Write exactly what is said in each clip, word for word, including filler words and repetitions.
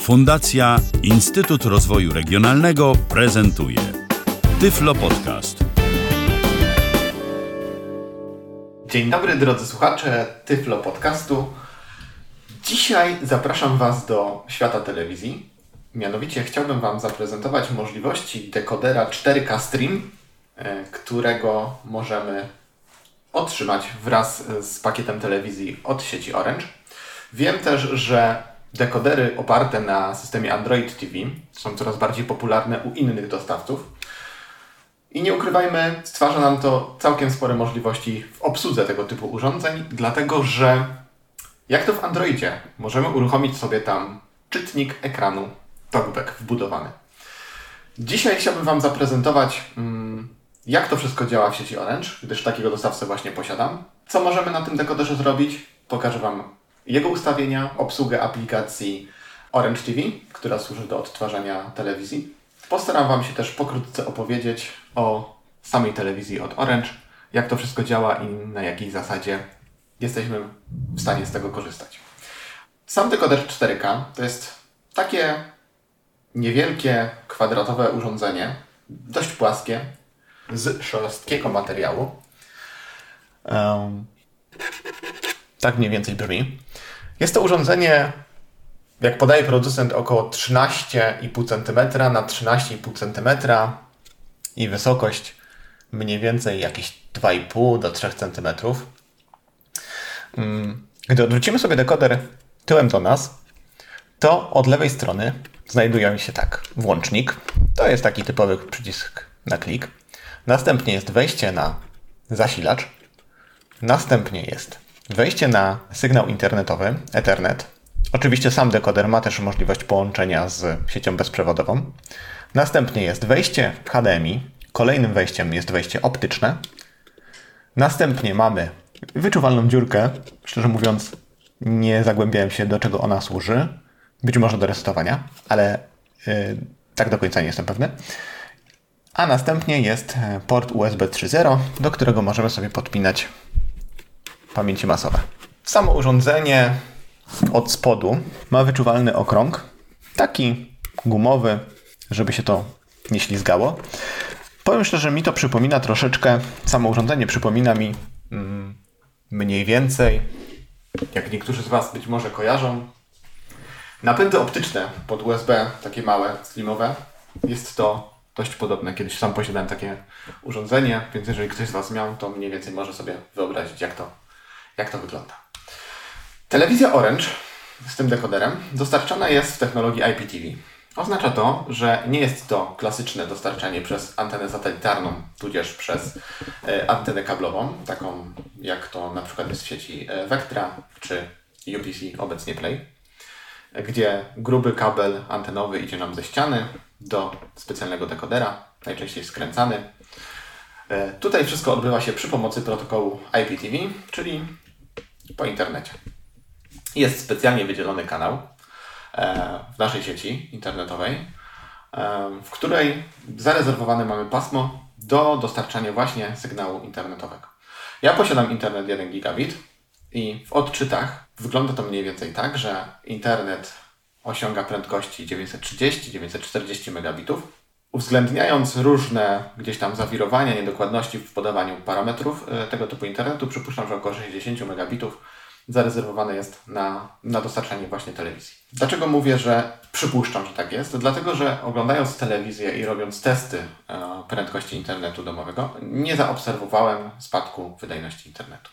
Fundacja Instytut Rozwoju Regionalnego prezentuje Tyflo Podcast. Dzień dobry drodzy słuchacze Tyflo Podcastu. Dzisiaj zapraszam Was do świata telewizji. Mianowicie chciałbym Wam zaprezentować możliwości dekodera cztery K Stream, którego możemy otrzymać wraz z pakietem telewizji od sieci Orange. Wiem też, że dekodery oparte na systemie Android T V są coraz bardziej popularne u innych dostawców. I nie ukrywajmy, stwarza nam to całkiem spore możliwości w obsłudze tego typu urządzeń, dlatego że jak to w Androidzie, możemy uruchomić sobie tam czytnik ekranu TalkBack wbudowany. Dzisiaj chciałbym Wam zaprezentować, jak to wszystko działa w sieci Orange, gdyż takiego dostawcę właśnie posiadam. Co możemy na tym dekoderze zrobić? Pokażę Wam jego ustawienia, obsługę aplikacji Orange T V, która służy do odtwarzania telewizji. Postaram Wam się też pokrótce opowiedzieć o samej telewizji od Orange, jak to wszystko działa i na jakiej zasadzie jesteśmy w stanie z tego korzystać. Sam dekoder cztery K to jest takie niewielkie, kwadratowe urządzenie, dość płaskie, z szorstkiego materiału. Um, tak mniej więcej brzmi. Jest to urządzenie, jak podaje producent, około trzynaście i pół centymetra na trzynaście i pół centymetra i wysokość mniej więcej jakieś dwa i pół do trzech centymetrów. Gdy odwrócimy sobie dekoder tyłem do nas, to od lewej strony znajduje się tak włącznik. To jest taki typowy przycisk na klik. Następnie jest wejście na zasilacz. Następnie jest wejście na sygnał internetowy, Ethernet. Oczywiście sam dekoder ma też możliwość połączenia z siecią bezprzewodową. Następnie jest wejście H D M I. Kolejnym wejściem jest wejście optyczne. Następnie mamy wyczuwalną dziurkę. Szczerze mówiąc, nie zagłębiałem się, do czego ona służy. Być może do resetowania, ale yy, tak do końca nie jestem pewny. A następnie jest port U S B trzy zero, do którego możemy sobie podpinać pamięci masowe. Samo urządzenie od spodu ma wyczuwalny okrąg, taki gumowy, żeby się to nie ślizgało. Powiem szczerze, że mi to przypomina troszeczkę, samo urządzenie przypomina mi mm, mniej więcej, jak niektórzy z Was być może kojarzą, napędy optyczne pod U S B, takie małe, slimowe. Jest to dość podobne. Kiedyś sam posiadałem takie urządzenie, więc jeżeli ktoś z Was miał, to mniej więcej może sobie wyobrazić, jak to, jak to wygląda. Telewizja Orange z tym dekoderem dostarczana jest w technologii I P T V. Oznacza to, że nie jest to klasyczne dostarczanie przez antenę satelitarną, tudzież przez e, antenę kablową, taką jak to na przykład jest w sieci e, Vectra czy U P C, obecnie Play, gdzie gruby kabel antenowy idzie nam ze ściany do specjalnego dekodera, najczęściej skręcany. E, tutaj wszystko odbywa się przy pomocy protokołu I P T V, czyli po internecie. Jest specjalnie wydzielony kanał e, w naszej sieci internetowej, e, w której zarezerwowane mamy pasmo do dostarczania właśnie sygnału internetowego. Ja posiadam internet jeden gigabit i w odczytach wygląda to mniej więcej tak, że internet osiąga prędkości dziewięćset trzydzieści do dziewięćset czterdzieści megabitów. Uwzględniając różne gdzieś tam zawirowania, niedokładności w podawaniu parametrów e, tego typu internetu, przypuszczam, że około sześćdziesiąt megabitów zarezerwowane jest na, na dostarczanie właśnie telewizji. Dlaczego mówię, że przypuszczam, że tak jest? Dlatego, że oglądając telewizję i robiąc testy e, prędkości internetu domowego, nie zaobserwowałem spadku wydajności internetu.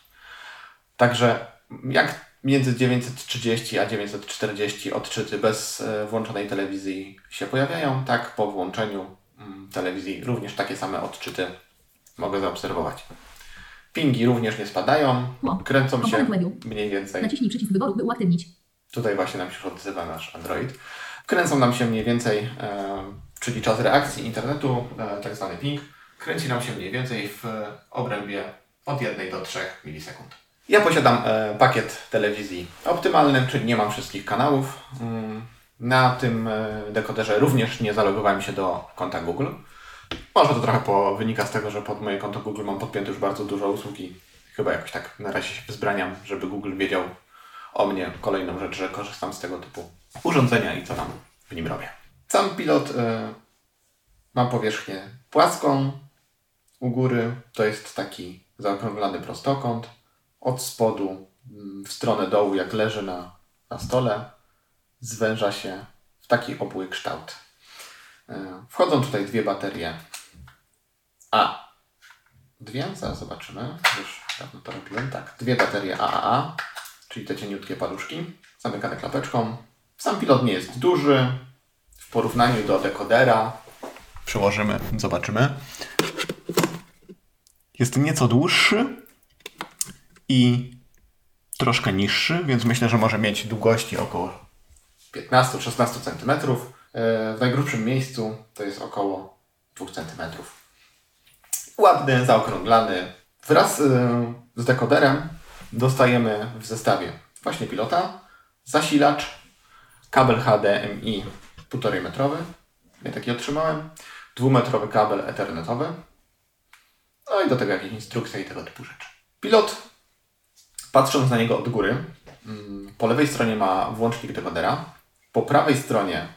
Także jak między dziewięćset trzydzieści a dziewięćset czterdzieści odczyty bez e, włączonej telewizji się pojawiają, tak po włączeniu mm, telewizji również takie same odczyty mogę zaobserwować. Pingi również nie spadają, kręcą się mniej więcej. Naciśnij przycisk wyboru, by uaktywnić. Tutaj właśnie nam się odzywa nasz Android. Kręcą nam się mniej więcej, e, czyli czas reakcji internetu, e, tak zwany ping, kręci nam się mniej więcej w obrębie od jednej do trzech milisekund. Ja posiadam e, pakiet telewizji optymalny, czyli nie mam wszystkich kanałów. Mm, na tym e, dekoderze również nie zalogowałem się do konta Google. Może to trochę po, wynika z tego, że pod moje konto Google mam podpięte już bardzo dużo usług i chyba jakoś tak na razie się wzbraniam, żeby Google wiedział, o mnie kolejną rzecz, że korzystam z tego typu urządzenia i co tam w nim robię. Sam pilot y, ma powierzchnię płaską. U góry to jest taki zaokrąglany prostokąt. Od spodu w stronę dołu, jak leży na, na stole, zwęża się w taki obły kształt. Y, wchodzą tutaj dwie baterie A. Dwie? Zaraz zobaczymy. Już dawno to robiłem. Tak, dwie baterie A A A, czyli te cieniutkie paluszki, zamykane klapeczką. Sam pilot nie jest duży. W porównaniu do dekodera, przełożymy, zobaczymy, jest nieco dłuższy i troszkę niższy, więc myślę, że może mieć długości około piętnaście do szesnastu centymetrów. W najgrubszym miejscu to jest około dwóch centymetrów. Ładny, zaokrąglany. Wraz z dekoderem dostajemy w zestawie właśnie pilota, zasilacz, kabel H D M I półtorej metrowy, ja taki otrzymałem, dwumetrowy kabel ethernetowy, no i do tego jakieś instrukcje i tego typu rzeczy. Pilot, patrząc na niego od góry, po lewej stronie ma włącznik dekodera, po prawej stronie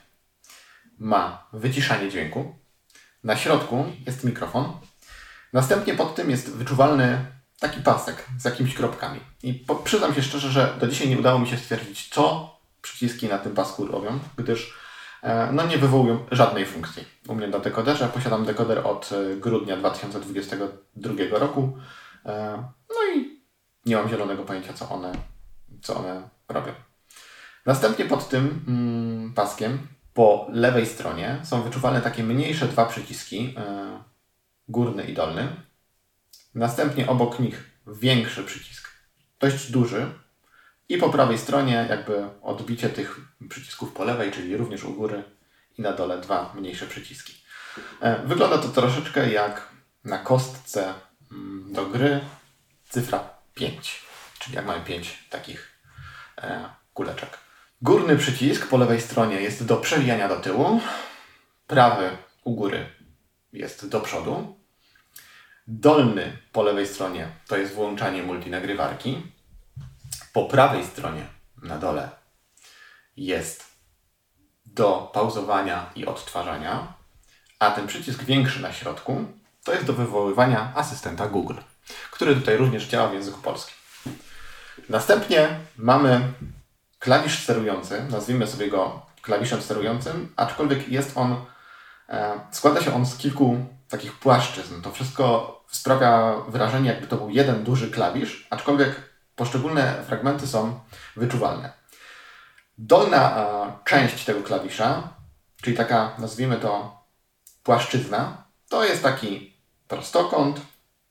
ma wyciszanie dźwięku, na środku jest mikrofon, następnie pod tym jest wyczuwalny taki pasek z jakimiś kropkami. I po, przyznam się szczerze, że do dzisiaj nie udało mi się stwierdzić, co przyciski na tym pasku robią, gdyż e, no, nie wywołują żadnej funkcji. U mnie na dekoderze, posiadam dekoder od grudnia dwa tysiące dwudziestego drugiego roku, e, no i nie mam zielonego pojęcia, co one, co one robią. Następnie pod tym mm, paskiem po lewej stronie są wyczuwalne takie mniejsze dwa przyciski, e, górny i dolny. Następnie obok nich większy przycisk, dość duży. I po prawej stronie jakby odbicie tych przycisków po lewej, czyli również u góry i na dole dwa mniejsze przyciski. Wygląda to troszeczkę jak na kostce do gry cyfra pięć, czyli jak mamy pięć takich kuleczek. Górny przycisk po lewej stronie jest do przewijania do tyłu, prawy u góry jest do przodu. Dolny po lewej stronie to jest włączanie multinagrywarki. Po prawej stronie na dole jest do pauzowania i odtwarzania, a ten przycisk większy na środku to jest do wywoływania asystenta Google, który tutaj również działa w języku polskim. Następnie mamy klawisz sterujący, nazwijmy sobie go klawiszem sterującym, aczkolwiek jest on, e, składa się on z kilku takich płaszczyzn. To wszystko sprawia wrażenie, jakby to był jeden duży klawisz, aczkolwiek poszczególne fragmenty są wyczuwalne. Dolna a, część tego klawisza, czyli taka, nazwijmy to, płaszczyzna, to jest taki prostokąt,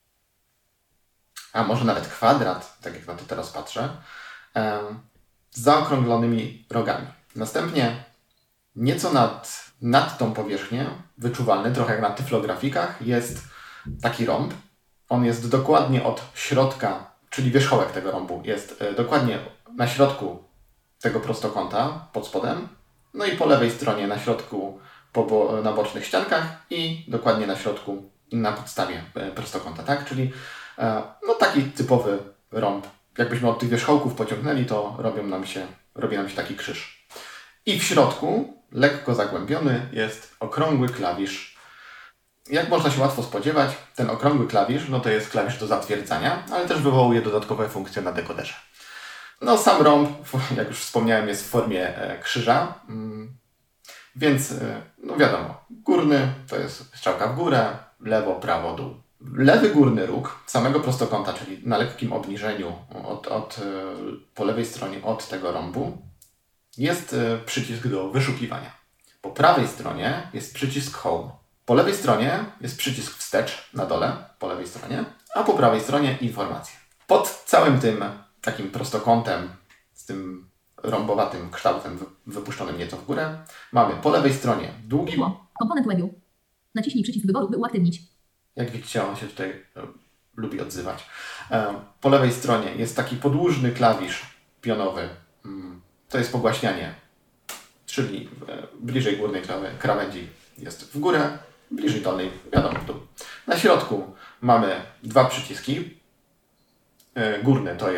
a może nawet kwadrat, tak jak na to teraz patrzę, e, z zaokrąglonymi rogami. Następnie nieco nad, nad tą powierzchnię, wyczuwalny, trochę jak na tyflografikach, jest taki rąb. On jest dokładnie od środka, czyli wierzchołek tego rąbu jest e, dokładnie na środku tego prostokąta, pod spodem, no i po lewej stronie na środku, po bo, na bocznych ściankach i dokładnie na środku na podstawie e, prostokąta, tak? Czyli e, no taki typowy rąb. Jakbyśmy od tych wierzchołków pociągnęli, to robią nam się, robi nam się taki krzyż. I w środku, lekko zagłębiony, jest okrągły klawisz. Jak można się łatwo spodziewać, ten okrągły klawisz, no to jest klawisz do zatwierdzania, ale też wywołuje dodatkowe funkcje na dekoderze. No sam rąb, jak już wspomniałem, jest w formie e, krzyża, mm, więc e, no wiadomo, górny to jest strzałka w górę, lewo, prawo, dół. Lewy górny róg samego prostokąta, czyli na lekkim obniżeniu od, od, e, po lewej stronie od tego rąbu, jest e, przycisk do wyszukiwania. Po prawej stronie jest przycisk Home. Po lewej stronie jest przycisk wstecz na dole, po lewej stronie, a po prawej stronie informacje. Pod całym tym takim prostokątem z tym rąbowatym kształtem wypuszczonym nieco w górę mamy po lewej stronie długi... Komponent webu. Naciśnij przycisk wyboru, by uaktywnić. Jak widzicie, on się tutaj e, lubi odzywać. E, po lewej stronie jest taki podłużny klawisz pionowy. Mm, to jest pogłaśnianie, czyli e, bliżej górnej krawędzi jest w górę, bliżej dolnej, wiadomo, w dół. Na środku mamy dwa przyciski. E, górny to jest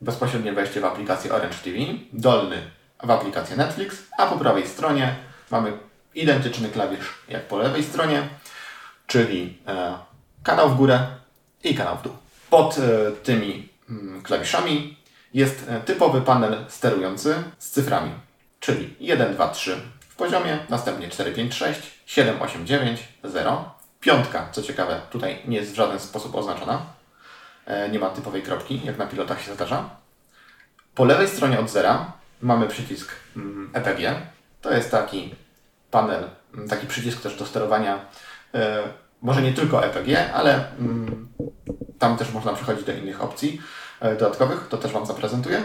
bezpośrednie wejście w aplikację Orange T V, dolny w aplikację Netflix, a po prawej stronie mamy identyczny klawisz jak po lewej stronie, czyli e, kanał w górę i kanał w dół. Pod e, tymi mm, klawiszami jest e, typowy panel sterujący z cyframi, czyli jeden, dwa, trzy w poziomie, następnie cztery, pięć, sześć, siedem, osiem, dziewięć, zero. Piątka, co ciekawe, tutaj nie jest w żaden sposób oznaczona. E, nie ma typowej kropki, jak na pilotach się zdarza. Po lewej stronie od zera mamy przycisk mm, E P G. To jest taki panel, taki przycisk też do sterowania, e, może nie tylko E P G, ale mm, tam też można przechodzić do innych opcji e, dodatkowych, to też Wam zaprezentuję.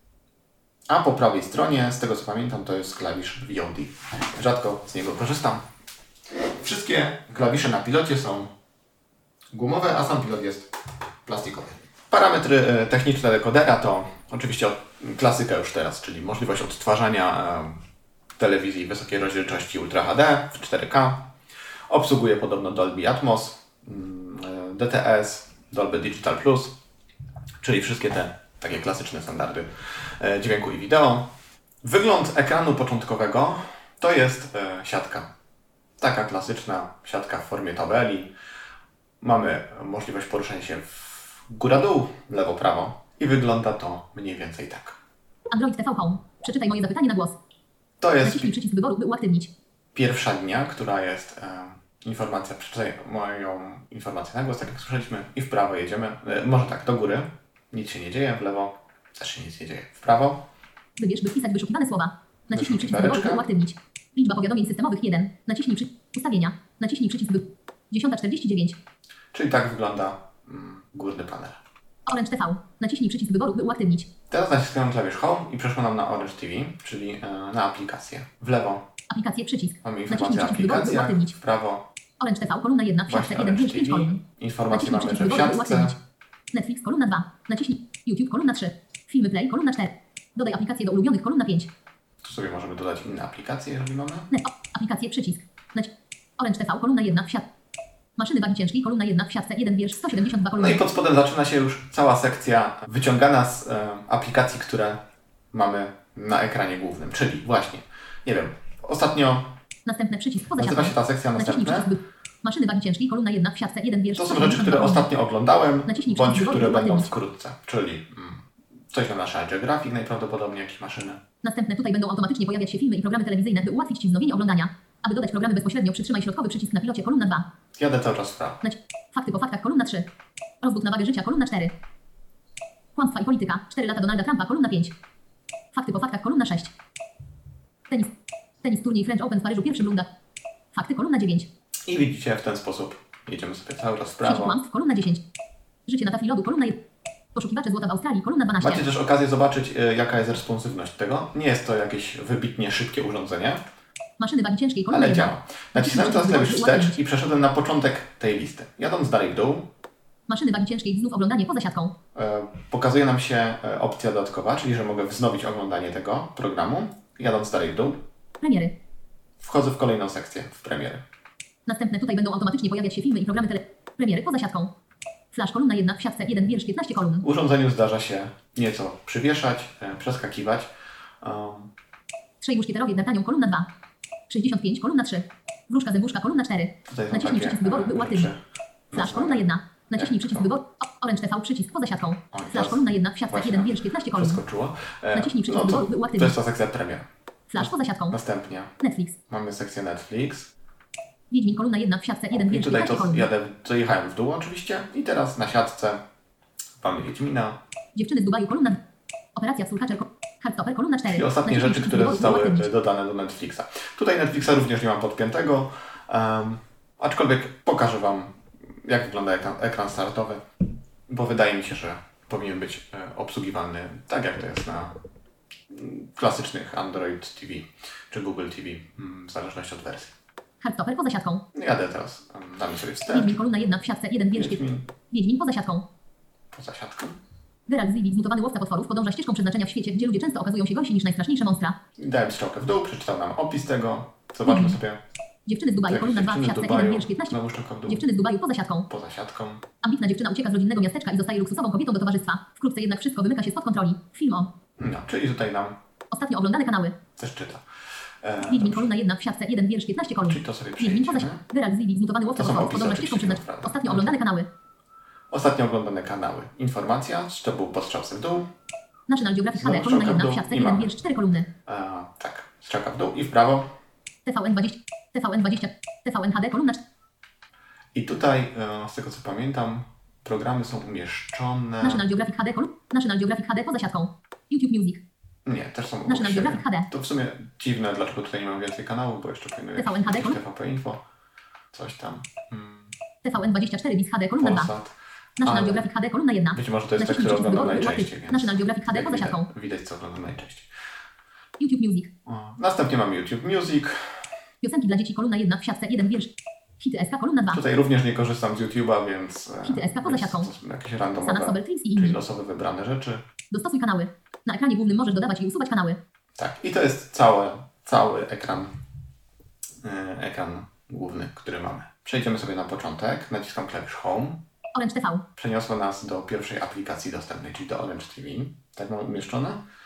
A po prawej stronie, z tego co pamiętam, to jest klawisz V O D. Rzadko z niego korzystam. Wszystkie klawisze na pilocie są gumowe, a sam pilot jest plastikowy. Parametry e, techniczne dekodera to oczywiście klasyka już teraz, czyli możliwość odtwarzania e, telewizji wysokiej rozdzielczości Ultra H D w cztery K. Obsługuje podobno Dolby Atmos, D T S, Dolby Digital Plus, czyli wszystkie te takie klasyczne standardy dźwięku i wideo. Wygląd ekranu początkowego to jest siatka. Taka klasyczna siatka w formie tabeli. Mamy możliwość poruszania się w góra-dół, lewo-prawo i wygląda to mniej więcej tak. Android T V Home. Przeczytaj moje zapytanie na głos. To jest Naciśnij przycisk wyboru, by uaktywnić. pierwsza linia, która jest e, informacja, przeczytaj moją informację na głos, tak jak słyszeliśmy, i w prawo jedziemy, e, może tak, do góry, nic się nie dzieje, w lewo też się nic nie dzieje, w prawo. Wybierz, by wpisać wyszukiwane słowa. Naciśnij przycisk Wyszukiwareczka. wyboru, by uaktywnić. Liczba powiadomień systemowych jeden. Naciśnij przycisk ustawienia. Naciśnij przycisk by. dziesiąta czterdzieści dziewięć. Czyli tak wygląda mm, górny panel. Orange T V. Naciśnij przycisk wyboru, by uaktywnić. Teraz naciskamy klawisz Home i przeszło nam na Orange T V, czyli e, na aplikację. W lewo Aplikacje przycisk. mamy Naciśnij informację o przycisk wyboru, by aplikacjach, uaktywnić. w prawo Orange T V, kolumna jeden, w siatce właśnie jeden, Orange pięć T V. kolumn. Informacje Naciśnij mamy, przycisk że w wyboru, by siatce. uaktywnić. Netflix, kolumna dwa. Naciśnij YouTube, kolumna trzy. Filmy Play, kolumna cztery. Dodaj aplikację do ulubionych, kolumna pięć. Tu sobie możemy dodać inne aplikacje, jeżeli mamy. Net, o, aplikacje przycisk. Naci- Orange T V, kolumna jedna, w siatce. Maszyny wagi ciężkiej, kolumna jedna, w siatce jeden, wiersz sto siedemdziesiąt dwa No kolumny. i pod spodem zaczyna się już cała sekcja wyciągana z e, aplikacji, które mamy na ekranie głównym. Czyli właśnie, nie wiem, ostatnio Następny przycisk poza nazywa siatką. się ta sekcja Naciśnij następne. przycisk by. Maszyny wagi ciężkiej, kolumna jedna, w siatce jeden, wiersz To sto są rzeczy, siedemdziesiąt dwa które kolumny. ostatnio oglądałem, Naciśnij bądź przycisk które wyboru, by będą uaktywnić. wkrótce. Czyli mm, coś na National Geographic najprawdopodobniej, jakieś maszyny. Następne tutaj będą automatycznie pojawiać się filmy i programy telewizyjne, by ułatwić Ci wznowienie oglądania. Aby dodać programy bezpośrednio, przytrzymaj środkowy przycisk na pilocie, kolumna dwa. Jadę cały czas w prawo. Naci- Fakty po faktach, kolumna trzy. Rozwód na wagę życia, kolumna cztery. Kłamstwa i polityka, cztery lata Donalda Trumpa, kolumna pięć. Fakty po faktach, kolumna sześć. Tenis. Tenis turniej French Open w Paryżu, pierwszy runda. Fakty, kolumna dziewięć. I widzicie, w ten sposób jedziemy sobie cały czas w Sieć prawo. kłamstw, kolumna dziesięć. Życie na tafli lodu, kolumna jeden. Poszukiwacze złota w Australii, kolumna dwanaście. Macie też okazję zobaczyć, e, jaka jest responsywność tego. Nie jest to jakieś wybitnie szybkie urządzenie, Maszyny wagi ciężkiej, kolumna ale jedna. działa. Nacisnąłem teraz klawisz wstecz i przeszedłem na początek tej listy. Jadąc dalej w dół, Maszyny wagi ciężkiej, znów oglądanie poza siatką. e, pokazuje nam się e, opcja dodatkowa, czyli że mogę wznowić oglądanie tego programu. Jadąc dalej w dół, Premiery. wchodzę w kolejną sekcję, w premiery. Następne tutaj będą automatycznie pojawiać się filmy i programy tele... Premiery poza siatką. Flash, kolumna jedna, w siatce jeden, wiersz piętnaście kolumn. W urządzeniu zdarza się nieco przywieszać, e, przeskakiwać. Um, Trzej muszkieterowie d'Artagnan, kolumna dwa. sześćdziesiąt pięć, kolumna trzy. Wróżka zębuszka, kolumna cztery. tutaj są Naciśnij takie przycisk wyboru, by e, uaktywnić. rzeczy. Flash, kolumna jedna. Naciśnij przycisk wyboru. O, Orange T V, przycisk poza siatką. O, Flash, teraz kolumna jedna, w siatce właśnie jeden, wiersz piętnaście kolumn. Przeskoczyło. E, Naciśnij przycisk no wyboru, by to, to uaktywnić. jest ta sekcja premier. Flash, poza siatką. Następnie Netflix. mamy sekcję Netflix. Wiedźmin, kolumna jedna, w siatce jeden, I wiersz tutaj piętnaście to kolumn. jadę, to jechałem w dół oczywiście. I teraz na siatce mamy Wiedźmina. Dziewczyny z Dubaju, kolumna. Operacja Soulcatcher, Hardstopper, kolumna cztery. I ostatnie Naciśnij rzeczy, przycisk które wyboru, by zostały uaktywnić. dodane do Netflixa. Tutaj Netflixa również nie mam podpiętego. Um, aczkolwiek pokażę Wam, jak wygląda ekran, ekran startowy. Bo wydaje mi się, że powinien być e, obsługiwalny tak, jak to jest na mm, klasycznych Android T V czy Google T V, mm, w zależności od wersji. Hardstopper poza siatką. Jadę teraz, um, damy sobie wstęp. Wiedźmin, kolumna jedna, w siatce jeden, wiersz Wiedźmin Wiedźmin poza siatką. poza siatką. Geralt z Rivii, zmutowany łowca potworów, podąża ścieżką przeznaczenia w świecie, gdzie ludzie często okazują się gorsi niż najstraszniejsze monstra. I dałem strzałkę w dół, przeczytał nam opis tego. Zobaczmy Mhm. sobie. Dziewczyny z Dubaju, Tak, kolumna dwa, w dziewczyny z siatce Dubaju. jeden, wiersz piętnaście. Znowu szczoka w dół. Dziewczyny z Dubaju poza siatką. Poza siatką. Ambitna dziewczyna ucieka z rodzinnego miasteczka i zostaje luksusową kobietą do towarzystwa. Wkrótce jednak wszystko wymyka się spod kontroli. Film o. No, czyli tutaj nam Ostatnio oglądane kanały. też czyta. E, Wiedźmin, dobrze. kolumna jedna w siatce jeden, wiersz piętnaście kolumn. Czyli to sobie Wiedźmin poza przejdziemy. siatką. Geralt z Rivii, zmutowany łowca To są potworów, opisy podobno ścieżką oczywiście, przed prawda. Ostatnio oglądane kanały. Ostatnio oglądane kanały. Informacja, to był postrzałce w dół. National Geographic H D, Znowu kolumna strzałka w jedna dół w siatce i jeden, mamy. wiersz cztery kolumny. E, tak, strzałka w dół i w prawo. T V N dwadzieścia, T V N dwadzieścia, T V N H D, kolumna cztery. I tutaj, e, z tego co pamiętam, programy są umieszczone... National Geographic H D, kolumna. National Geographic H D poza siatką. YouTube Music. Nie, też są obok National siebie. Geographic H D. To w sumie dziwne, dlaczego tutaj nie mam więcej kanałów, bo jeszcze powinno T V N H D, jakieś kolumna. T V P Info, coś tam. Hmm, T V N dwadzieścia cztery bis H D, kolumna dwa. Polsat. National Ale Geographic H D, kolumna jedna. być może to jest te, Naciśnij które przycisk oglądam wyboru, najczęściej, łapy. więc National Geographic H D jak poza widać, siatką. widać, co oglądam najczęściej. YouTube Music. O, następnie mamy YouTube Music. Piosenki dla dzieci, kolumna jedna w siatce jeden, wiersz. Hity S K, kolumna dwa. Tutaj również nie korzystam z YouTube'a, więc e, Hity S K poza więc siatką. to są jakieś Sana, randomowe, Sober, Tricks i czyli inni. losowe wybrane rzeczy. Dostosuj kanały. Na ekranie głównym możesz dodawać i usuwać kanały. Tak, i to jest cały, cały ekran, e, ekran główny, który mamy. Przejdziemy sobie na początek, naciskam klawisz Home. Orange T V. Przeniosło nas do pierwszej aplikacji dostępnej, czyli do Orange T V. Tak mam umieszczone.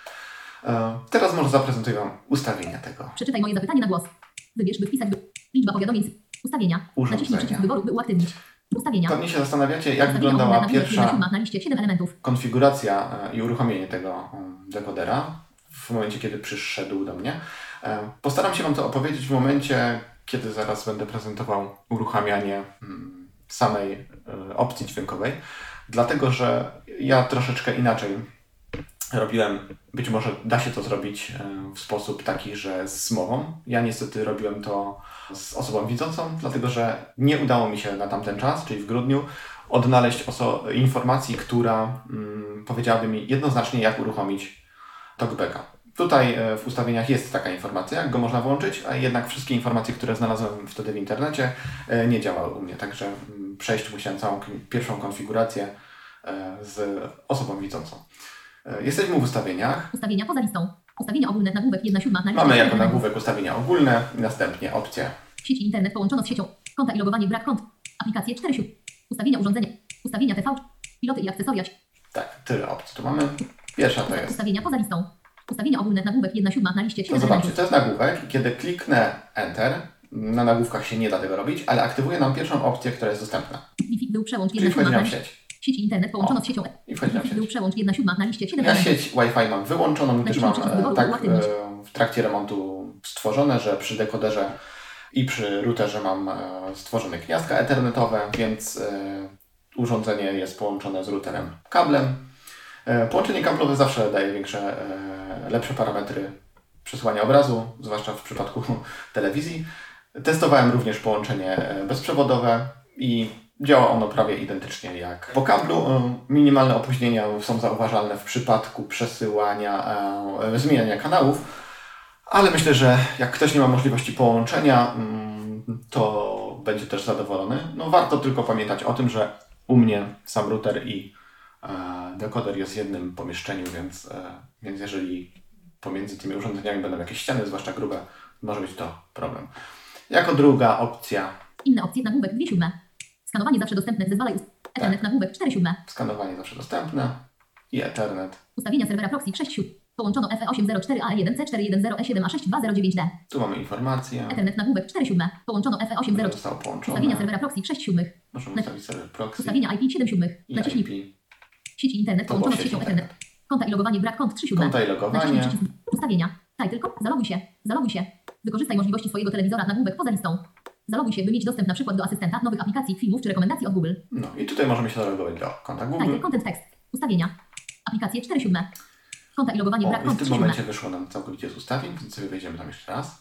E, teraz może zaprezentuję Wam ustawienia tego Przeczytaj moje zapytanie na głos. Wybierz, by wpisać by... liczba powiadomień. z- Ustawienia. Urządzenia. Naciśnij przycisk wyboru, by uaktywnić. Ustawienia. Pewnie się zastanawiacie, jak Ustawienia wyglądała ogólne nagłówek jedna pierwsza siódma na liście siedem elementów. konfiguracja e, i uruchomienie tego e, dekodera w momencie, kiedy przyszedł do mnie. E, Postaram się Wam to opowiedzieć w momencie, kiedy zaraz będę prezentował uruchamianie mm, samej e, opcji dźwiękowej, dlatego że ja troszeczkę inaczej robiłem, być może da się to zrobić e, w sposób taki, że z mową. Ja niestety robiłem to z osobą widzącą, dlatego że nie udało mi się na tamten czas, czyli w grudniu, odnaleźć oso- informacji, która mm, powiedziałaby mi jednoznacznie, jak uruchomić talkbacka. Tutaj e, w ustawieniach jest taka informacja, jak go można włączyć, a jednak wszystkie informacje, które znalazłem wtedy w internecie, e, nie działały u mnie, także mm, przejść musiałem całą k- pierwszą konfigurację e, z osobą widzącą. E, jesteśmy w ustawieniach. Ustawienia poza listą. Ustawienia ogólne nagłówek jedna siódma na liście Mamy siedem jako elementów. nagłówek ustawienia ogólne, następnie opcje. Sieć i internet połączono z siecią. Konta i logowanie, brak kont. Aplikacje cztery siódme. Ustawienia urządzenia. Ustawienia T V. Piloty i akcesoria. Tak, tyle opcji tu mamy. Pierwsza to jest. Ustawienia poza listą. Ustawienia ogólne nagłówek jedna siódma na liście To siedem zobaczcie, elementów. to jest nagłówek i kiedy kliknę Enter, na nagłówkach się nie da tego robić, ale aktywuje nam pierwszą opcję, która jest dostępna. Wi-Fi był przełącz Czyli jedna wchodzi siódma nam na w sieć. sieć i internet połączono O, z siecią. I wchodzi nam w Wi-Fi był sieć. przełącz jedna siódma na liście siedem Ja elementów. sieć Wi-Fi mam wyłączoną, gdyż Naciśnij mam przycisk e, wyboru, tak uaktywnić. e, w trakcie remontu stworzone, że przy dekoderze i przy routerze mam e, stworzone gniazdka ethernetowe, więc e, urządzenie jest połączone z routerem kablem. E, Połączenie kablowe zawsze daje większe, e, lepsze parametry przesłania obrazu, zwłaszcza w przypadku telewizji. Testowałem również połączenie e, bezprzewodowe i działa ono prawie identycznie jak po kablu. E, Minimalne opóźnienia są zauważalne w przypadku przesyłania, e, zmieniania kanałów, ale myślę, że jak ktoś nie ma możliwości połączenia, mm, to będzie też zadowolony. No warto tylko pamiętać o tym, że u mnie sam router i e, dekoder jest w jednym pomieszczeniu, więc, e, więc jeżeli pomiędzy tymi urządzeniami będą jakieś ściany, zwłaszcza grube, może być to problem. Jako druga opcja Inne opcje nagłówek dwie siódme. Skanowanie zawsze dostępne. Zezwalaj ust. Ethernet nagłówek cztery siódme. skanowanie zawsze dostępne i Ethernet. Ustawienia serwera proxy sześć siódme. Połączono F E osiem zero cztery A E jeden C cztery jeden zero E siedem A sześć dwa zero dziewięć D. Tu mamy informację, Ethernet nagłówek cztery siódme. Połączono F E osiem zero które zostało Ustawienia połączone. serwera proxy sześć siódmych. Możemy Na- ustawić serwer proxy Ustawienia I P siedem siódmych. i Naciśnij I P. sieć i internet To było połączono z sieć siecią internet. Ethernet. Konta i logowanie, brak kont trzy siódme. Konta i Naciśnij logowanie. przycisk ustawienia. Title kod. Zaloguj się. Zaloguj się. Wykorzystaj możliwości swojego telewizora nagłówek poza listą. Zaloguj się, by mieć dostęp na przykład do asystenta, nowych aplikacji, filmów czy rekomendacji od Google. No i tutaj możemy się zalogować do konta Google. Title, content text. Ustawienia. Aplikacje cztery siódme. Konta i logowanie, O, brak i w kont tym trzy siódme. momencie wyszło nam całkowicie z ustawień, więc sobie wejdziemy tam jeszcze raz.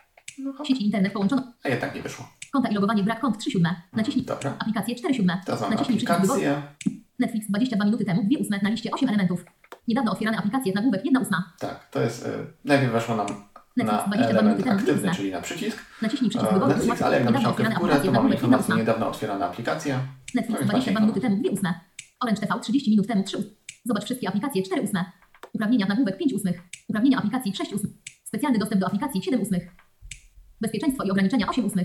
Sieć i internet połączono. A jednak nie wyszło. Konta i logowanie, brak kont trzy siódme. Naciśnij Dobra. aplikacje cztery siódme. Teraz mamy Naciśnij przycisk wyboru. aplikację. Netflix dwadzieścia dwa minuty temu, dwie ósme na liście osiem elementów. Niedawno otwierane aplikacje, nagłówek jedna ósma. Tak, to jest... Y, najpierw weszło nam Netflix na dwadzieścia dwa element minuty temu, aktywny, ósme. czyli na przycisk. Naciśnij przycisk E, wyboru. Netflix, ale jak Niedawno naciśniemy otwierane w górę, aplikacje, to mamy nagłówek jedna informację ósma. niedawno otwierana aplikacja. Netflix To jest dwadzieścia dwa nasza minuty temu, dwie ósme. Orange T V trzydzieści minut temu, trzy ósme. Zobacz wszystkie aplikacje, cztery ósme. Uprawnienia, nagłówek pięć ósmych. Uprawnienia aplikacji, sześć ósmych. Specjalny dostęp do aplikacji, siedem ósmych. Bezpieczeństwo i ograniczenia osiem ósmych.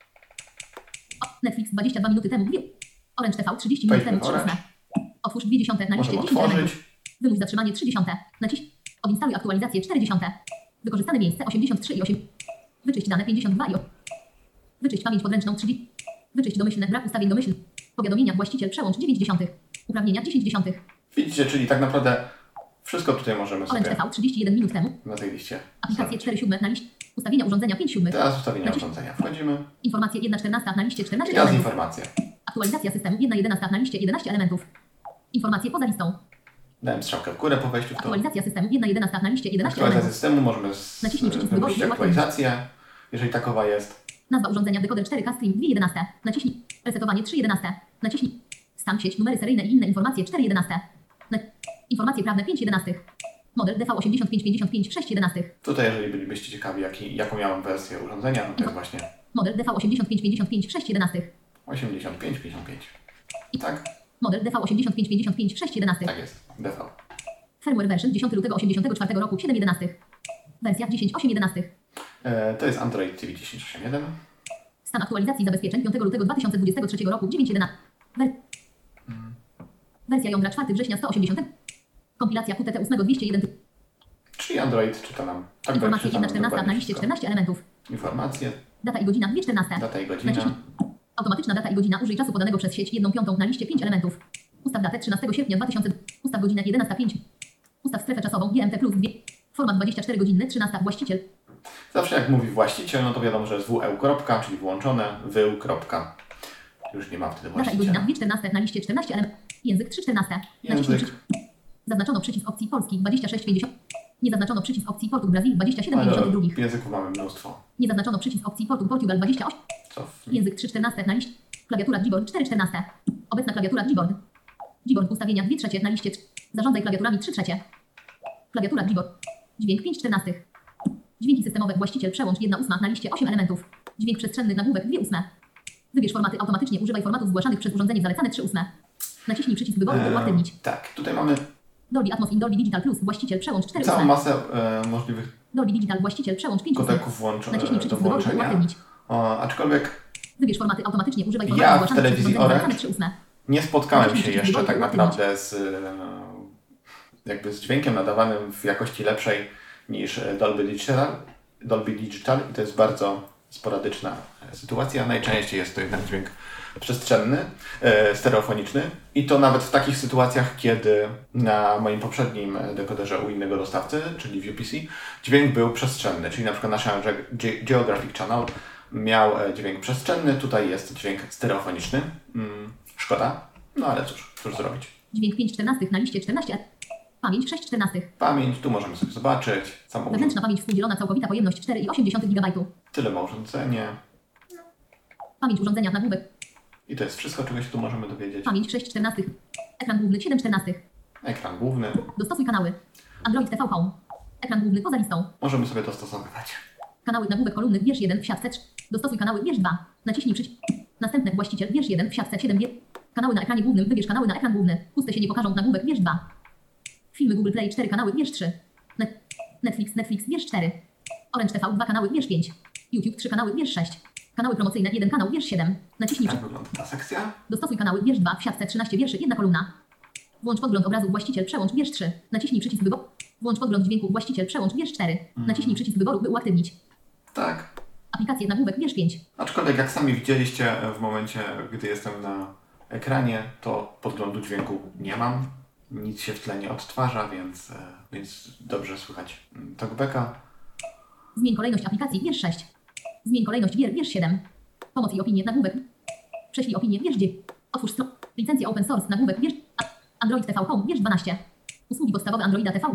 O, Netflix dwadzieścia dwa minuty temu. dwie. Orange T V trzydzieści minut temu. trzy ósme. Otwórz dwie dziesiąte na liście Możemy dziesięć otworzyć. elementów. Wymuś zatrzymanie trzy dziesiąte. Naciśnij. Odinstaluj aktualizację cztery dziesiąte. Wykorzystane miejsce osiemdziesiąt trzy i osiem. Wyczyść dane pięćdziesiąt dwa i o. Wyczyść pamięć podręczną trzydzieści. Wyczyść domyślne. Brak ustawień domyślnych. Powiadomienia właściciel przełącz dziewięć dziesiątych. Uprawnienia dziesięć dziesiątych. Widzicie, czyli tak naprawdę wszystko tutaj możemy Orange sobie T V trzydzieści jeden minut temu. na tej liście Aplikacje sprawdzić. cztery siódme na liście. Ustawienia urządzenia pięć siódmych. Teraz ustawienia Naciśnij. urządzenia. Wchodzimy. Informacje jedna czternasta na liście czternaście Teraz elementów. informacje. Aktualizacja systemu jedna jedenasta na liście jedenaście elementów. Informacje poza listą. Dałem strzałkę w górę po wejściu w to. Aktualizacja systemu jedna jedenasta na liście jedenaście Aktualizacja elementów. systemu. Możemy z... Naciśnij przycisk wyboru. wybrać aktualizację, jeżeli takowa jest. Nazwa urządzenia dekoder cztery K stream dwie jedenaste. Naciśnij. Resetowanie trzy jedenaste. Naciśnij. Stan sieć, numery seryjne i inne informacje cztery jedenaste. Na... Informacje prawne pięć jedenaste. Model D V osiemdziesiąt pięć pięćdziesiąt pięć sześć jedenaste. Tutaj, jeżeli bylibyście ciekawi, jaki, jaką miałem wersję urządzenia, no to jest właśnie Model D V osiemdziesiąt pięć pięćdziesiąt pięć sześć jedenaste. osiemdziesiąt pięć pięćdziesiąt pięć. Tak? Model D V osiemdziesiąt pięć pięćdziesiąt pięć sześć jedenaste. Tak jest. D V. Firmware version dziesiątego lutego osiemdziesiątego czwartego roku siedem jedenaste. Wersja dziesięć osiem jedenaste. E, to jest Android T V dziesięć osiem jeden. Stan aktualizacji zabezpieczeń piątego lutego dwa tysiące dwudziestego trzeciego roku dziewięć jedenaście. Wer... Wersja jądra czwartego września sto osiemdziesiąt. Kompilacja Q T T osiem dwieście jeden. Czyli Android czyta nam. Tak Informacje czyta nam jedna czternasta dokładnie na liście wszystko. czternaście elementów. Informacje, Data i godzina dwie czternaste. data i godzina. Naciśnij. Automatyczna data i godzina. Użyj czasu podanego przez sieć jedną piątą na liście pięć elementów. Ustaw datę trzynastego sierpnia dwa tysiące. Ustaw godzinę jedenasta pięć. Ustaw strefę czasową G M T plus dwa. Format dwadzieścia cztery godziny trzynasta. Właściciel. Zawsze jak mówi właściciel, no to wiadomo, że jest W E, kropka, czyli włączone, wył, kropka. Już nie ma wtedy Data i godzina właściciela. dwie czternaste na liście czternaście elementów. Język trzy czternaste. Naciśnij Język. przycisk. Zaznaczono przycisk opcji polski dwadzieścia sześć pięćdziesiąt. Nie zaznaczono przycisk opcji Portug Brazil dwadzieścia siedem pięćdziesiąt Ale dwa. języków mamy mnóstwo. Nie zaznaczono przycisk opcji Portug Portugal dwadzieścia osiem. Cofnij. Język trzy czternaste na liście. Klawiatura Gboard cztery czternaste. Obecna klawiatura Gboard. Gboard ustawienia dwie trzecie na liście. Zarządzaj klawiaturami trzy trzecie. Klawiatura Gboard. Dźwięk pięć czternaste. Dźwięki systemowe właściciel przełącz jedna ósma na liście osiem elementów. Dźwięk przestrzenny nagłówek dwie ósme. Wybierz formaty automatycznie. Używaj formatów zgłaszanych przez urządzenie zalecane trzy ósme. Naciśnij przycisk wyboru, by uaktywnić. Eee, tak, tutaj mamy Dolby Atmos i Dolby Digital Plus właściciel przełącz cztery całą ósme. masę e, możliwych Dolby Digital właściciel przełącz pięć ósme. kodeków włącz, Naciśnij e, do przycisk wyboru, by włączenia. uaktywnić. O, aczkolwiek Wybierz formaty automatycznie. Używaj Ja formatów w zgłaszanych przez telewizji urządzenie Orange zalecane trzy ósme. nie spotkałem Naciśnij się przycisk jeszcze wyboru, tak by naprawdę z e, jakby z dźwiękiem nadawanym w jakości lepszej niż Dolby Digital. Dolby Digital i to jest bardzo sporadyczna sytuacja. Najczęściej jest to jednak dźwięk przestrzenny, e, stereofoniczny i to nawet w takich sytuacjach, kiedy na moim poprzednim dekoderze u innego dostawcy, czyli w U P C, dźwięk był przestrzenny, czyli na przykład nasz Ge- Geographic Channel miał e, dźwięk przestrzenny, tutaj jest dźwięk stereofoniczny. Mm, szkoda, no ale cóż, cóż zrobić. Dźwięk pięć czternaste na liście czternaście. Pamięć sześć czternaste. Pamięć, tu możemy sobie zobaczyć. Samo Wewnętrzna pamięć współdzielona całkowita pojemność cztery i osiem dziesiątych gigabajtu. tyle ma urządzenie. Pamięć urządzenia nagłówek. I to jest wszystko, czego się tu możemy dowiedzieć. Pamięć sześć czternaste. Ekran główny siedem czternaste. Ekran główny. Dostosuj kanały. Android T V Home. Ekran główny poza listą. Możemy sobie dostosowywać. Kanały nagłówek kolumny wiersz jeden w siatce trzy. Dostosuj kanały wiersz dwa. Naciśnij przycisk. Następne właściciel wiersz jeden w siatce siedem. Wier... Kanały na ekranie głównym. Wybierz kanały na ekran główny. Puste się nie pokażą. Nagłówek wiersz dwa. Filmy Google Play cztery kanały wiersz trzy. Net... Netflix Netflix wiersz cztery. Orange T V dwa kanały wiersz pięć. YouTube trzy kanały wiersz sześć. Kanały promocyjne jeden kanał wiersz siedem. Naciśnij Tak przycisk. wygląda ta sekcja. Dostosuj kanały wiersz dwa w siatce trzynaście wierszy jedna kolumna. Włącz podgląd obrazu właściciel przełącz wiersz trzy. Naciśnij przycisk wyboru. Włącz podgląd dźwięku właściciel przełącz wiersz cztery. Naciśnij przycisk wyboru, by uaktywnić. Tak. Aplikacje nagłówek wiersz pięć. Aczkolwiek jak sami widzieliście w momencie, gdy jestem na ekranie, to podglądu dźwięku nie mam. Nic się w tle nie odtwarza, więc, e, więc dobrze słychać mm, talkbacka. Zmień kolejność aplikacji wiersz sześć. Zmień kolejność wier wiersz siedem. Pomoc i opinie nagłówek. Prześlij opinię wiersz dziewięć. Otwórz stronę. Licencja open source nagłówek wiersz. A- Android T V Home wiersz dwanaście. Usługi podstawowe Androida T V.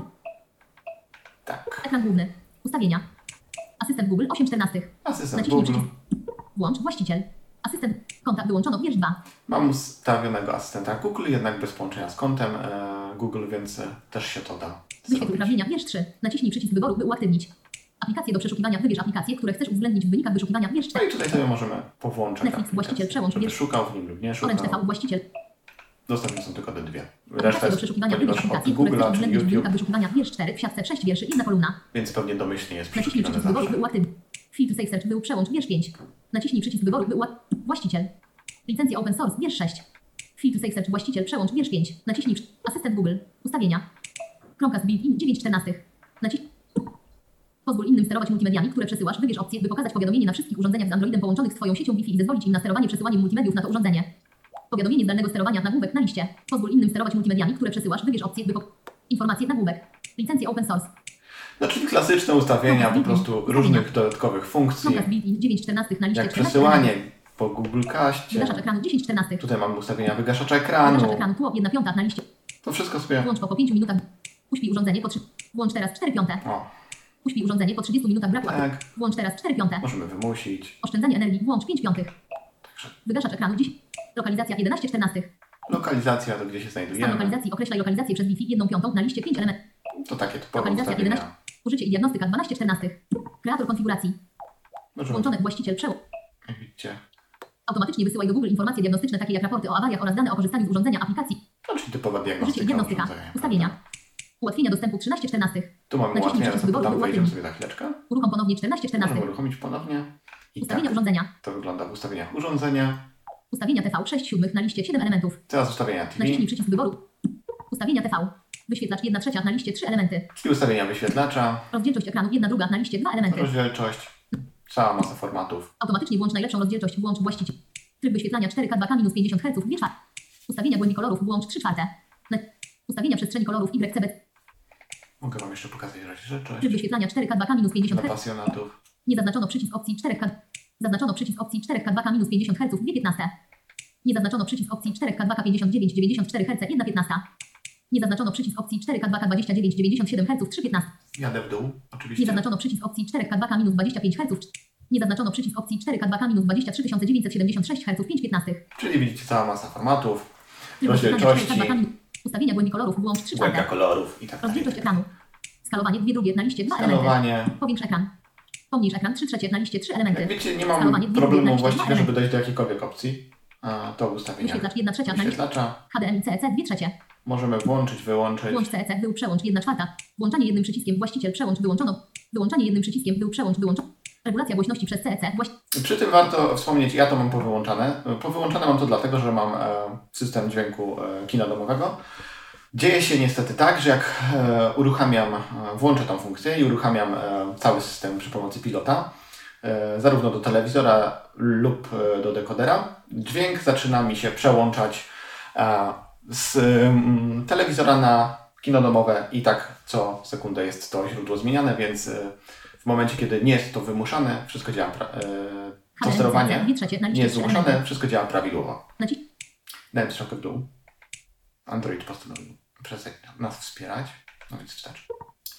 Tak. Ekran główny. Ustawienia. Asystent Google osiem czternaście. Asystent Naciśnij Google. przycisk. Włącz właściciel. Asystent. Kontakt wyłączono wiersz dwa. Mam ustawionego asystenta Google, jednak bez połączenia z kontem e, Google, więc e, też się to da Wyświetl zrobić. uprawnienia wiersz trzy. Naciśnij przycisk wyboru, by uaktywnić. Aplikacje do przeszukiwania. Wybierz aplikacje, które chcesz uwzględnić w wynikach wyszukiwania wiersz No cztery. i tutaj sobie możemy powłączać Netflix, aplikacje, właściciel, przełącz żeby wiersz. szukał w nim lub nie Orange T V szukał. właściciel. Dostępne są tylko te dwie. Reszta Aplikacje do jest, przeszukiwania. Wybierz ponieważ od aplikacje, które chcesz Google'a, czyli uwzględnić w YouTube, wynikach wyszukiwania wiersz cztery w siatce sześć wierszy jedna kolumna. więc pewnie domyślnie jest Naciśnij przeszukiwane przycisk wyboru, by zawsze. uaktywnić. Filtr Safe Search. Był przełącz. Wiersz pięć. Naciśnij przycisk wyboru. Był właściciel. Licencja Open Source. Wiersz sześć. Filtr Safe Search. Właściciel. Przełącz. Wiersz pięć. Naciśnij przy... Asystent Google. Ustawienia. Chromecast built-in dziewięć czternaście. Naciśnij. Pozwól innym sterować multimediami, które przesyłasz. Wybierz opcję, by pokazać powiadomienie na wszystkich urządzeniach z Androidem połączonych z Twoją siecią Wi-Fi i zezwolić im na sterowanie przesyłaniem multimediów na to urządzenie. Powiadomienie zdalnego sterowania nagłówek na liście. Pozwól innym sterować multimediami, które przesyłasz. Wybierz opcję, by po... Informacje nagłówek. Licencje Open Source. No czyli klasyczne ustawienia po prostu różnych dodatkowych funkcji. Chromecast built-in dziewięć czternaście na liście. Jak przesyłanie po Google Castie. Wygaszacz ekranu dziesięć czternaście. Tutaj mamy ustawienia wygaszacza ekranu. Wygaszacz ekranu tło jedna piąta na liście. To wszystko sobie... Włącz po, po pięciu minutach. Uśpij urządzenie po trzy. Włącz teraz cztery piąte. O. Uśpij urządzenie po trzydziestu minutach braku. Tak. Włącz teraz cztery piąte. Możemy wymusić. Oszczędzanie energii. Włącz pięć piątych. Także Wygaszacz ekranu dziś. Lokalizacja jedenaście czternaście. lokalizacja, to gdzie się Stan znajdujemy. lokalizacji. Określaj lokalizację przez Wi-Fi jedną piątą na liście pięć elementów. To takie typowe Lokalizacja ustawienia. jedenaście. Użycie i diagnostyka dwanaście czternaście. Kreator konfiguracji. Możemy, Włączone właściciel przełącz. jak widzicie. Automatycznie wysyłaj do Google informacje diagnostyczne takie jak raporty o awariach oraz dane o korzystaniu z urządzenia aplikacji. No, czyli typowa Użycie diagnostyka. i diagnostyka. urządzenia, Ustawienia. prawda? Ułatwienia dostępu trzynaście czternaście. Tu mamy Naciśnij ułatwienia, przycisk to wyboru tam lub wejdziemy ułatwienia. sobie za chwileczkę. Uruchom ponownie czternaście czternaście. Możemy uruchomić ponownie. I Ustawienia tak, urządzenia. to wygląda w ustawieniach urządzenia. Ustawienia T V sześć siódmych na liście siedem elementów. Teraz ustawienia T V. Naciśnij przycisk wyboru. Ustawienia T V. Wyświetlacz jedna trzecia na liście trzy elementy. I ustawienia wyświetlacza. Rozdzielczość ekranu jedna druga na liście dwa elementy. Rozdzielczość. Cała masa formatów. Automatycznie włącz najlepszą rozdzielczość. Włącz właściciel. Tryb wyświetlania cztery K dwa K minus pięćdziesiąt herców. dwie czwarte. Ustawienia głębi kolorów. Włącz trzy czwarte. Na... Ustawienia przestrzeni kolorów Y C B. Mogę Wam jeszcze pokazać rozdzielczość. Tryb wyświetlania cztery K dwa K minus pięćdziesiąt Dla herców. pasjonatów. Nie zaznaczono przycisk opcji cztery K. Zaznaczono przycisk opcji cztery K dwa K minus pięćdziesiąt herców. dwie piętnaście. Nie zaznaczono przycisk opcji cztery K dwa K pięćdziesiąt dziewięć dziewięćdziesiąt cztery herce. jedna piętnaście. Nie zaznaczono przycisk opcji cztery K dwa K dwadzieścia dziewięć dziewięćdziesiąt siedem herców. trzy piętnaście. Jadę w dół, oczywiście. Nie zaznaczono przycisk opcji cztery K dwa K minus dwadzieścia pięć herców. Nie zaznaczono przycisk opcji cztery K dwa K minus dwadzieścia trzy tysiące dziewięćset siedemdziesiąt sześć herców. pięć piętnaście. Czyli widzicie cała masa formatów. Tryb wyświetlania cztery K Rozdzielczości. dwa K minus. Ustawienia głębi kolorów. Włącz trzy Głębia czwarte. kolorów i tak dalej. Rozdzielczość ekranu. Skalowanie dwie drugie na liście dwa elementy. Skanowanie. Powiększ ekran. Pomniejsz ekran trzy trzecie na liście trzy elementy. Jak wiecie, nie mam Skalowanie dwie drugie na problemu liście dwa właściwie, żeby elementy. dojść do jakiejkolwiek opcji. A, to ustawienia Wyświetlacz jedna trzecia na liście. wyświetlacza. H D M I C E C dwie trzecie. Możemy włączyć, wyłączyć. Włącz C E C, był przełącz jedna czwarta. Włączanie jednym przyciskiem, właściciel przełącz wyłączono. Wyłączanie jednym przyciskiem, był przełącz wyłączono. Regulacja głośności przez C E C. Właś... Przy tym warto wspomnieć, ja to mam powyłączane. Powyłączane mam to dlatego, że mam e, system dźwięku e, kina domowego. Dzieje się niestety tak, że jak e, uruchamiam, e, włączę tą funkcję i uruchamiam e, cały system przy pomocy pilota, e, zarówno do telewizora lub e, do dekodera, dźwięk zaczyna mi się przełączać e, z mm, telewizora na kino domowe i tak co sekundę jest to źródło zmieniane, więc e, w momencie, kiedy nie jest to wymuszane, wszystko działa, pra- e, to sterowanie dwie trzecie na nie liście jest trzy wymuszane, elementy. wszystko działa prawidłowo. Naciś... Dałem strzałkę w dół. Android postanowił przez nas wspierać, no więc wstecz.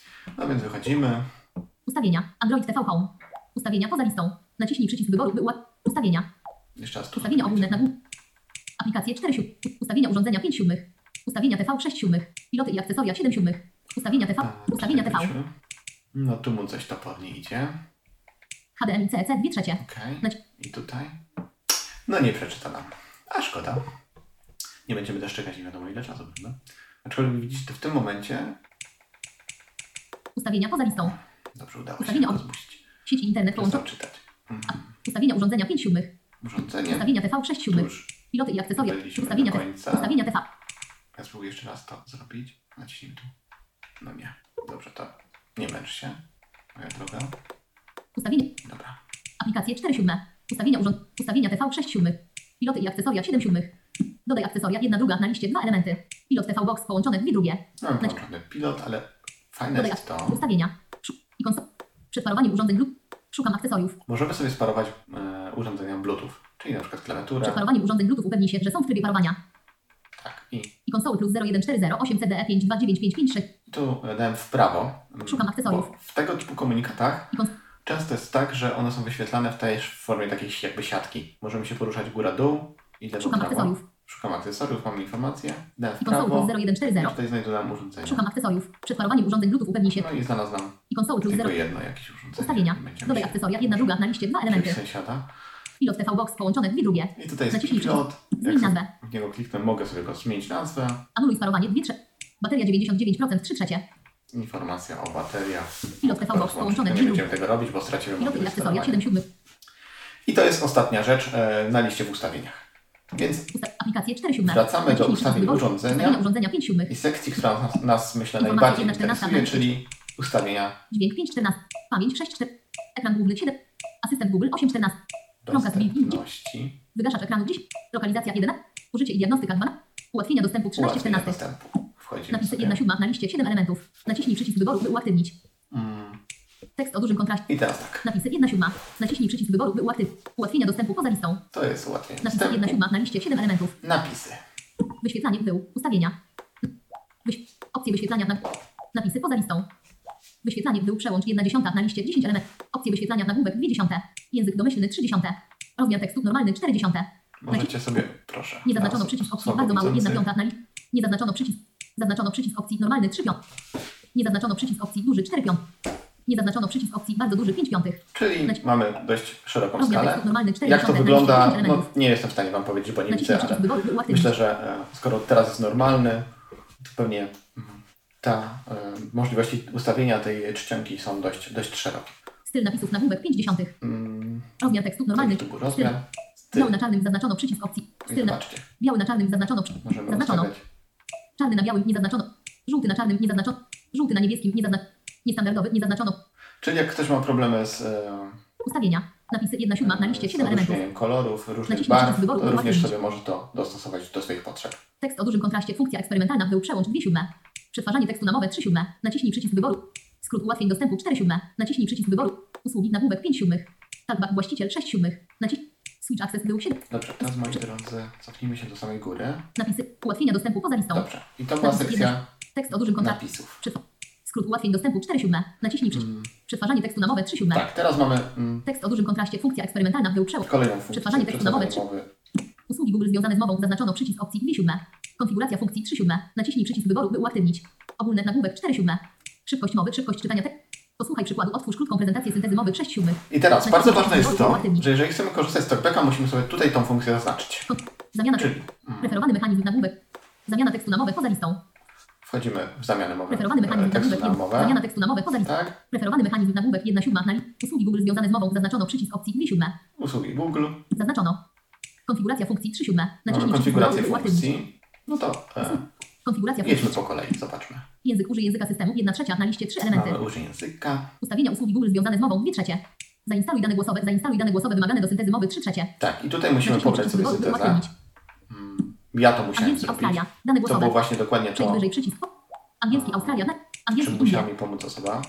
No więc wychodzimy. Ustawienia. Android T V Home. Ustawienia poza listą. Naciśnij przycisk wyboru, by uła... Ustawienia. Jeszcze raz tu. Ustawienia ogólne na górze. Aplikacje cztery siódmych. Ustawienia urządzenia pięć siódmych. Ustawienia T V sześć siódmych. Piloty i akcesoria siedem siódmych. Ustawienia T V. A, Ustawienia T V. czekaliśmy. No tu mu coś topornie idzie. H D M I C E C dwie trzecie. Okej. Naci- I tutaj. No nie przeczyta nam. A szkoda. Nie będziemy też czekać nie wiadomo ile czasu, prawda? Aczkolwiek widzicie, w tym momencie Ustawienia poza listą. dobrze udało się Ustawienia go o- zmusić. Sieć i internet Przestał połączone. czytać. Mhm. Ustawienia urządzenia pięć siódmych. Urządzenie. Ustawienia T V sześć siódmych. Tuż. Piloty i akcesoria. Byliśmy Ustawienia do T V. końca. Ustawienia T V. Ja spróbuję jeszcze raz to zrobić. Naciśnij tu. No nie. Dobrze, to nie męcz się. Moja droga. Ustawienia. Dobra. Aplikacje cztery siódme. Ustawienia urząd. Ustawienia T V sześć siódmych. Piloty i akcesoria siedem siódmych. Dodaj akcesoria jedna druga na liście dwa elementy. Pilot T V Box połączone dwie drugie. Mamy Naci- połączony pilot, ale fajne Dodaj jest to. ustawienia. Szu- I konsol. Przed parowaniem urządzeń lub szukam akcesoriów. Możemy sobie sparować e, urządzenia Bluetooth, czyli na przykład Przed klawiaturę. parowaniem urządzeń Bluetooth upewnij się, że są w trybie parowania. Tak. I I konsoły plus zero jeden cztery zero osiem C D E pięć dwa dziewięć pięć pięć sześć. tu e, dałem w prawo. m, Szukam akcesoriów. bo W tego typu komunikatach I kons- często jest tak, że one są wyświetlane w tej w formie takiej jakby siatki. Możemy się poruszać góra-dół i lewo Szukam prawo. akcesoriów. Szukam akcesoriów, mamy informację. Dałem w I konsoły plus prawo. zero jeden cztery I zero. tutaj znajdę nam urządzenie. Szukam akcesoriów. Przed parowaniem urządzeń Bluetooth upewnij się. No i znalazłam I konsoły plus tylko zero. jedno jakieś urządzenie. Ustawienia. Będziemy Dodaj się akcesoria jedna druga na liście dwa elementy. wziąć sąsiada. Pilot T V Box połączone dwie drugie. I tutaj jest Naciśnij pilot. przycisk. Jak Zmień sobie nazwę. w niego kliknę, mogę sobie go zmienić nazwę. Anuluj sparowanie dwie trzecie. Bateria dziewięćdziesiąt dziewięć procent trzy trzecie. Informacja o bateriach. Pilot T V Box połączone. Nie będziemy tego robić, bo stracimy Piloty i akcesoria możliwość siedem siódmych. I to jest ostatnia rzecz e, na liście w ustawieniach. Więc Usta- aplikacje cztery siódme. wracamy do Naciśnij ustawień przycisk wyboru. urządzenia. Ustawienia urządzenia pięć siódmych. i sekcji, która nas, nas myślę Informacje najbardziej jedna czternasta, interesuje, na czyli ustawienia Dźwięk pięć czternaście. Pamięć sześć cztery. Ekran główny siedem. Asystent Google osiem czternaście. Chromecast built-in. dostępności. Wygaszacz ekranu dziesięć. Lokalizacja jeden. Użycie i diagnostyka dwa. Ułatwienia dostępu trzynaście Ułatwienia czternaście. dostępu. Wchodzimy Napisy sobie. jedna siódma na liście siedem elementów. Naciśnij przycisk wyboru, by uaktywnić. Mm. Tekst o dużym kontraście. I teraz tak. Napisy jedna siódma. Naciśnij przycisk wyboru, by uaktywnić. Ułatwienia dostępu poza listą. To jest ułatwienie Napisy jedna dostępu. siódma na liście siedem elementów. Napisy. Wyświetlanie był. Ustawienia. Wyś... Opcje wyświetlania na... Napisy poza listą. Wyświetlanie był. Przełącz jedna dziesiąta na liście dziesięć elementów. Opcje wyświetlania nagłówek dwie dziesiąte. Język domyślny trzy dziesiąte. Rozmiar tekstu normalny cztery dziesiąte. Możecie sobie, proszę. Nie zaznaczono na przycisk opcji słabo bardzo mały jedna widzący. piąta na liście. Nie zaznaczono przycisk. Zaznaczono przycisk opcji normalny trzy piąte. Nie zaznaczono przycisk opcji duży cztery piąte. Nie zaznaczono przycisk opcji bardzo duży pięć piątych. Czyli Naci- mamy dość szeroką Rozmiar skalę. tekstu normalny cztery Jak to dziesiąte na wygląda, liście dziesięć no elementów. nie jestem w stanie Wam powiedzieć, bo nie Naciśnij widzę, przycisk ale wyboru, by uaktywnić. myślę, że e, skoro teraz jest normalny, to pewnie mm, ta e, możliwości ustawienia tej czcionki są dość, dość szerokie. Styl napisów nagłówek pięć dziesiątych. Mm, Rozmiar tekstu normalny. to był Styl. rozmiar. Styl. Biały na czarnym zaznaczono przycisk opcji. I Styl na... zobaczcie, Biały na czarnym zaznaczono. możemy Zaznaczono. ustawiać. Czarny na białym nie zaznaczono. Żółty na czarnym nie zaznaczono. Żółty na niebieskim nie zaznaczono. Niestandardowy nie zaznaczono. Czyli jak ktoś ma problemy z e, Ustawienia. Napisy jedna siódma na liście z siedem elementów. odróżnieniem kolorów, różnych Naciśnij barw, przycisk wyboru, to by również ułatwić. sobie może to dostosować do swoich potrzeb. Tekst o dużym kontraście. Funkcja eksperymentalna był. Przełącz dwie siódme. Przetwarzanie tekstu na mowę trzy siódme. Naciśnij przycisk wyboru. Skrót ułatwień dostępu cztery siódme. Naciśnij przycisk wyboru. Usługi nagłówek pięć siódmych. Talkback właściciel sześć siódmych. Naciśnij Switch Access był siedem. Dobrze, teraz moi drodzy, cofnijmy się do samej góry. Napisy. Ułatwienia dostępu poza listą. Dobrze, i to była Napisy sekcja jedna. Tekst o dużym kontraście. napisów. Przetw- Skrót ułatwień dostępu cztery siódme. Naciśnij przycisk. Mm, Przetwarzanie tekstu na mowę trzy siódme. tak, teraz mamy mm, Tekst o dużym kontraście. Funkcja eksperymentalna był. Przełącz. kolejną funkcję Przetwarzanie tekstu na mowę przetwarzania mowy. Usługi Google związane z mową. Zaznaczono przycisk opcji dwie siódme. Konfiguracja funkcji trzy siódme. Naciśnij przycisk wyboru, by uaktywnić. Ogólny nagłówek cztery siódme. Szybkość mowy, szybkość czytania tekstu. Posłuchaj przykładu. Otwórz krótką prezentację syntezy mowy sześć siódmych. I teraz Naciśnij bardzo przycisk ważne jest wyboru, by to, uaktywnić. że jeżeli chcemy korzystać z talkbacka, musimy sobie tutaj tą funkcję zaznaczyć. Zamiana Czyli tekstu. mm, Preferowany mechanizm nagłówek. Zamiana tekstu na mowę poza listą. wchodzimy w zamianę mowy, Preferowany mechanizm e, tekstu nagłówek. na jeden. mowę. Zamiana tekstu na mowę poza listą. Tak, Preferowany mechanizm nagłówek jedna siódma na li- Usługi Google związane z mową. Zaznaczono przycisk opcji dwie siódme. usługi Google. Zaznaczono. Konfiguracja funkcji trzy siódme. Mamy Naciśnij przycisk konfigurację wyboru, by uaktywnić. funkcji. No to e, Konfiguracja jedźmy funkcji. po kolei, zobaczmy. Język użyj języka systemu. jedna trzecia na liście trzy elementy. Mamy użyj języka. Ustawienia usługi Google związane z mową dwie trzecie. Zainstaluj dane głosowe. Zainstaluj dane głosowe wymagane do syntezy mowy trzy trzecie. Tak, i tutaj musimy Naciśnij pobrać przycisk sobie wyboru, by syntezę. uaktywnić. Mm, Ja to musiałem Angielski zrobić. Australia. Dane To głosowe. było właśnie dokładnie Przejdź to, wyżej przycisk. Angielski Australia. na- czym Angielski musiała India. mi pomóc osoba.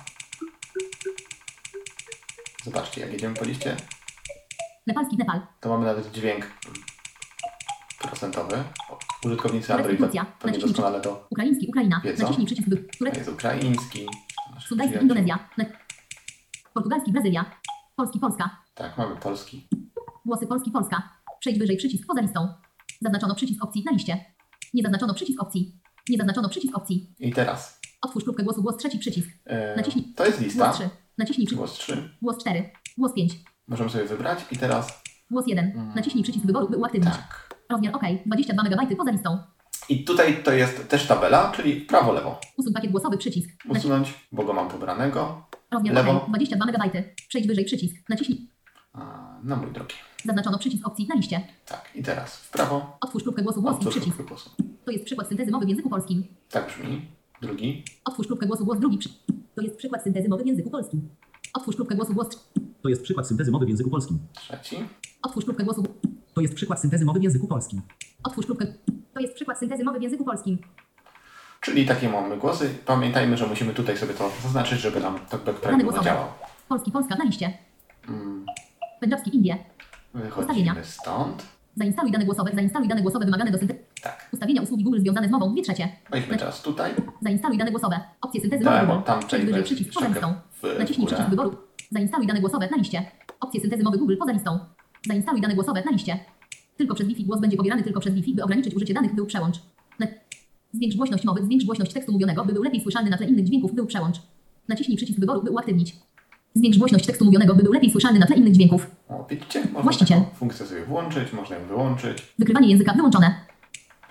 Zobaczcie, jak jedziemy po liście, Nepalski Nepal. to mamy nawet dźwięk procentowy. Użytkownicy Androida Restytucja. pewnie Naciśnij doskonale to Ukraiński Ukraina. Wiedzą. Naciśnij przycisk by. to Turek. jest ukraiński. nasz Sudajski przyjaciół. Indonezja. Na- Portugalski Brazylia. Polski Polska. Tak, mamy polski. Głosy Polski Polska. Przejdź wyżej przycisk poza listą. Zaznaczono przycisk opcji na liście. Nie zaznaczono przycisk opcji. Nie zaznaczono przycisk opcji. I teraz Otwórz próbkę głosu głos trzeci przycisk. e, Naciśnij. to jest lista. Głos trzy. Naciśnij przycisk. Głos trzy. Głos cztery. Głos pięć. Możemy sobie wybrać i teraz Głos jeden. Mm. Naciśnij przycisk wyboru, by uaktywnić. tak. Rozmiar OK. dwadzieścia dwa megabajty poza listą. I tutaj to jest też tabela, czyli prawo, lewo. Usuń pakiet głosowy przycisk. Naci- Usunąć, bo go mam pobranego. Rozmiar lewo. OK. dwadzieścia dwa megabajty. Przejdź wyżej przycisk. Naciśnij. A, na mój drogi. Zaznaczono przycisk opcji na liście. Tak, i teraz w prawo. Otwórz próbkę głosu głos i Otwórz przycisk. próbkę głosu. To jest przykład syntezy mowy w języku polskim. Tak brzmi. Drugi. Otwórz próbkę głosu głos drugi przy... To jest przykład syntezy mowy w języku polskim. Otwórz próbkę głosu głos trz- To jest przykład syntezy mowy w języku polskim. Trzeci. Otwórz próbkę głosu. To jest przykład syntezy mowy w języku polskim. Otwórz próbkę. To jest przykład syntezy mowy w języku polskim. Czyli takie mamy głosy. Pamiętajmy, że musimy tutaj sobie to zaznaczyć, żeby nam talkback Dane prawidłowo głosowe. działał. Polski Polska na liście. Mm, Pendżabski Indie. Wychodzimy Ustawienia. stąd. Zainstaluj dane głosowe. Zainstaluj dane głosowe wymagane do syntezy. Tak. Ustawienia usługi Google związane z mową dwie trzecie. Wejdźmy teraz tutaj. Zainstaluj dane głosowe. Opcje syntezy Tak, mowy bo Google. tam Przejdź wyżej tutaj przycisk poza ściągę listą. w- w Naciśnij górę. przycisk wyboru. Zainstaluj dane głosowe na liście. Opcje syntezy mowy Google poza listą. Zainstaluj dane głosowe na liście. Tylko przez Wi-Fi. Głos będzie pobierany tylko przez Wi-Fi, by ograniczyć użycie danych. Był przełącz. Na... Zwiększ głośność mowy. Zwiększ głośność tekstu mówionego, by był lepiej słyszalny na tle innych dźwięków. Był przełącz. Naciśnij przycisk wyboru, by uaktywnić. Zwiększ głośność tekstu mówionego, by był lepiej słyszalny na tle innych dźwięków. O, widzicie? Można Właściciel. taką funkcję sobie włączyć, można ją wyłączyć. Wykrywanie języka wyłączone. Pyk.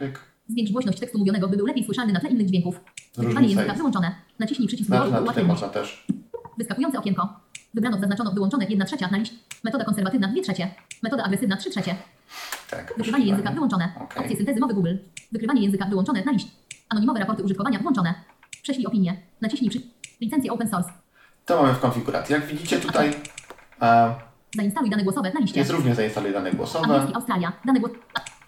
Zwiększ głośność tekstu mówionego, by był lepiej słyszalny na tle innych dźwięków. Wykrywanie Różnica języka jest. wyłączone. Naciśnij przycisk Znaczy, wyboru, na by tutaj ułatwić. można też. Wyskakujące okienko. Wybrano, zaznaczono, wyłączone jedna trzecia na liście. Metoda konserwatywna dwie trzecie. Metoda agresywna trzy trzecie. Tak, Wykrywanie języka wyłączone. Okej. Opcje syntezy mowy Google. Wykrywanie języka wyłączone na liście. Anonimowe raporty użytkowania włączone. Prześlij opinię. Naciśnij przy... Licencje open source. To mamy w konfiguracji. Jak widzicie tutaj e, Zainstaluj dane głosowe na liście. jest również zainstaluj dane głosowe. Angielski Australia. Dane głos...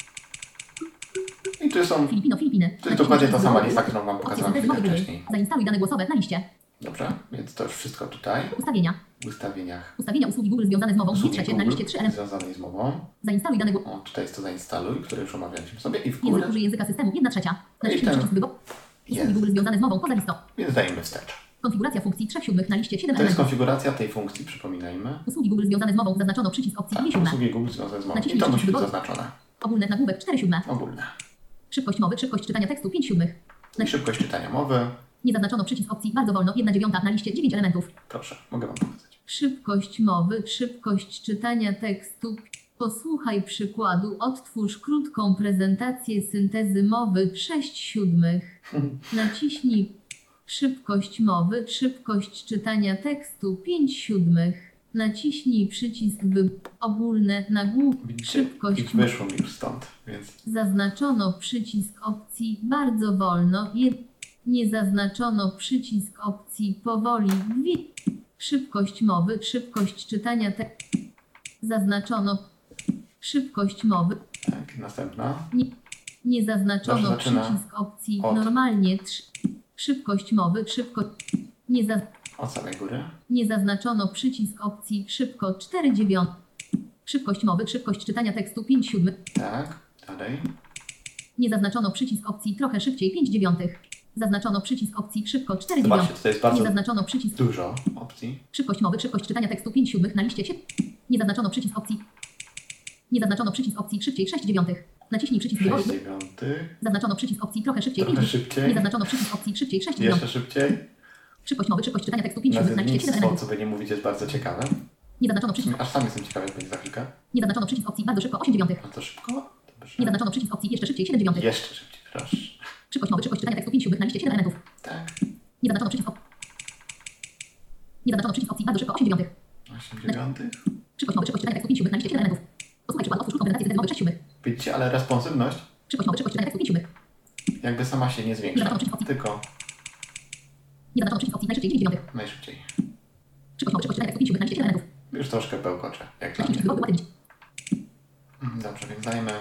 I tu są, Filipino, Filipiny. to jest Naciśnij dokładnie ta przycisk sama wyboru. lista, którą Wam Opcje pokazałem syntezy chwilę mowy Google. wcześniej. Zainstaluj dane głosowe na liście. Dobrze, więc to już wszystko tutaj Ustawienia. w ustawieniach. Ustawienia usługi Google związane z mową. Dwie Usługi trzecie na Google liście trzy elementy. związanej z mową. Zainstaluj dane głosowe. O, tutaj jest to zainstaluj, które już omawialiśmy sobie i w Język górę, użyj języka systemu jedna trzecia. Naciśnij ten przycisk wyboru. Usługi jest. Google związane z mową poza listą. więc dajemy wstecz. Konfiguracja funkcji trzech siódmych na liście siedem To jest elementów. konfiguracja tej funkcji, przypominajmy. Usługi Google związane z mową. Zaznaczono przycisk opcji Tak, dwie siódme. usługi Google związane z mową. I Naciśnij to musi przycisk być wyboru. zaznaczone. Ogólne nagłówek cztery siódme. Ogólne. Szybkość mowy, szybkość czytania tekstu pięć siódmych. I szybkość czytania mowy. Nie zaznaczono przycisk opcji bardzo wolno jedna dziewiąta na liście dziewięć elementów. Proszę, mogę Wam pokazać. Szybkość mowy, szybkość czytania tekstu. Posłuchaj przykładu. Odtwórz krótką prezentację syntezy mowy sześć siódmych. Naciśnij szybkość mowy, szybkość czytania tekstu pięć siódmych. Naciśnij przycisk wy... ogólne nagłówek. Widzicie? Szybkość I wyszło mi już stąd, więc Zaznaczono przycisk opcji bardzo wolno. Je... Nie zaznaczono przycisk opcji powoli. Dwie... Szybkość mowy, szybkość czytania tekstu. Zaznaczono szybkość mowy. tak, następna. Nie, nie zaznaczono Zawsze zaczyna przycisk opcji od- normalnie. Trzy... Szybkość mowy, szybko. Nie, za... Od samej góry. nie zaznaczono przycisk opcji szybko cztery dziewiąte. Szybkość mowy, szybkość czytania tekstu pięć siódmych. Tak, dalej. Nie zaznaczono przycisk opcji trochę szybciej pięć dziewiątych. Zaznaczono przycisk opcji szybko cztery Zobaczcie, dziewiątych. tutaj jest Nie bardzo zaznaczono przycisk dużo opcji. szybkość mowy, szybkość czytania tekstu pięć siódmych na liście siedem. Nie zaznaczono przycisk opcji. Nie zaznaczono przycisk opcji szybciej sześć dziewiątych. Naciśnij przycisk wyboru. sześć dziewiątych. Zaznaczono przycisk opcji trochę szybciej Trochę pięć. szybciej. Nie zaznaczono przycisk opcji szybciej sześć Jeszcze dziewiątych. szybciej. Szybkość mowy, szybkość czytania tekstu pięć siódmych na liście siedem Nazywnictwo, elementów. co by nie mówić, jest bardzo ciekawe. Nie zaznaczono W przycisk. sumie aż sam jestem ciekawy, jak będzie za chwilkę. Nie zaznaczono przycisk opcji bardzo szybko osiem dziewiątych. Bardzo szybko. Dobrze. Nie zaznaczono przycisk opcji jeszcze szybciej siedem dziewiątych. Jeszcze szybciej, proszę. Szybkość mowy, szybkość czytania tekstu pięć siódmych na liście siedem elementów. Tak. Nie zaznaczono przycisk opcji. Nie zaznaczono przycisk opcji bardzo szybko osiem dziewiątych. osiem dziewiątych. Szybkość mowy, szybkość czytania tekstu pięć siódmych na liście siedem elementów. Posłuchaj przykład, otwórz krótką prezentację syntezy mowy sześć siódmych. Widzicie, ale responsywność Szybkość mowy, szybkość czytania tekstu pięć siódmych. jakby sama się nie zwiększa. Tylko Nie zaznaczono przycisk opcji najszybciej dziewięć dziewiątych. najszybciej. Szybkość mowy, szybkość czytania tekstu pięć siódmych na liście siedem elementów. Już troszkę bełkocze, jak dla Naciśnij mnie. przycisk wyboru, by ułatwić. Mm, Dobrze, więc dajmy...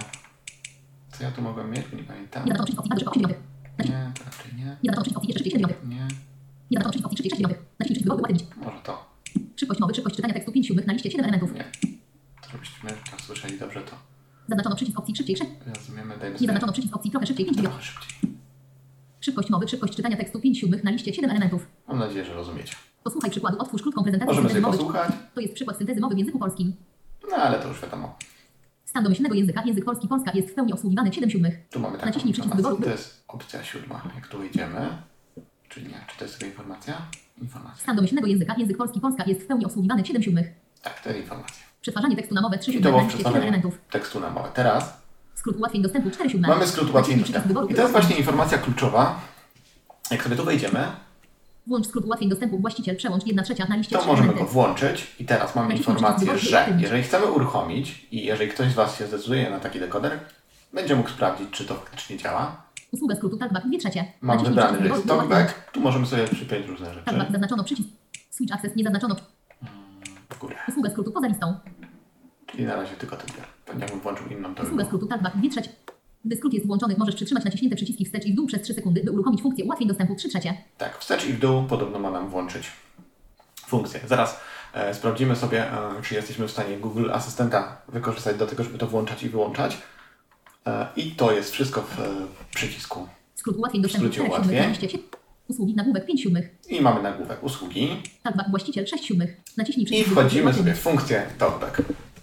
Co ja tu mogłem mieć? Nie pamiętam. Nie zaznaczono przycisk opcji bardzo szybko osiem dziewiątych. Nie, to raczej nie. Nie zaznaczono przycisk opcji jeszcze szybciej siedem dziewiątych. Nie, Nie zaznaczono przycisk opcji szybciej sześć dziewiątych. Naciśnij przycisk wyboru, by ułatwić. może to. Szybkość mowy, szybkość czytania tekstu pięć siódmych na liście siedem elementów. Nie. To żebyśmy tak słyszeli dobrze to. Zaznaczono przycisk opcji szybciej sześć. Rozumiemy, dajmy Nie sobie zaznaczono przycisk opcji trochę szybciej pięć dziewiątych. trochę szybciej. Szybkość mowy, szybkość czytania tekstu pięć siódmych na liście siedem elementów. Mam nadzieję, że rozumiecie. Posłuchaj przykładu, otwórz krótką prezentację Możemy syntezy sobie mowy. posłuchać, To jest przykład syntezy mowy w języku polskim. no ale to już wiadomo. Stan domyślnego języka, język polski, Polska jest w pełni obsługiwany w siedem siódmych. Tu mamy taką Naciśnij przycisk informację. wyboru. To jest opcja siódma. Jak tu wejdziemy, czyli nie, czy to jest tylko informacja? Informacja. Stan domyślnego języka, język polski, Polska jest w pełni obsługiwany w siedem siódmych. Tak, to jest informacja. Przetwarzanie tekstu na mowę trzy I to siódme było na liście siedem przetwarzanie elementów. tekstu na mowę. Teraz Skrót ułatwień dostępu cztery siódme. mamy skrót ułatwień Naciśnij przycisk dostępu. wyboru. I to jest właśnie informacja kluczowa. Jak sobie tu wejdziemy, Włącz skrót ułatwień dostępu właściciel, przełącz jedna trzecia na liście to trzy możemy go elementy. włączyć i teraz mamy Naciśnij informację, przycisk że wyboru. jeżeli chcemy uruchomić i jeżeli ktoś z Was się zdecyduje na taki dekoder, będzie mógł sprawdzić, czy to faktycznie działa. Usługa skrótu talkback dwie trzecie. Mam Naciśnij wybrany, przycisk że jest wyboru, by ułatwić. talkback. Tu możemy sobie przypiąć różne rzeczy. Talkback zaznaczono przycisk. Switch access nie zaznaczono. W górę. Usługa skrótu poza listą. Czyli na razie tylko te dwie. Pewnie jakbym włączył inną, to by Usługa było. skrótu talkback dwie trzecie. Gdy skrót jest włączony, możesz przytrzymać naciśnięte przyciski wstecz i w dół przez trzy sekundy, by uruchomić funkcję ułatwień dostępu trzy trzecie. Tak, wstecz i w dół podobno ma nam włączyć funkcję. Zaraz e, sprawdzimy sobie, e, czy jesteśmy w stanie Google Asystenta wykorzystać do tego, żeby to włączać i wyłączać. E, I to jest wszystko w e, przycisku. Skrót ułatwień dostępu skrócie cztery siódmych na ułatwień. liście siedem. Usługi nagłówek pięć siódmych. I mamy nagłówek usługi. Talkback właściciel sześć siódmych. Naciśnij I przycisk wyboru, by wchodzimy ułatwić. sobie w funkcję talkback.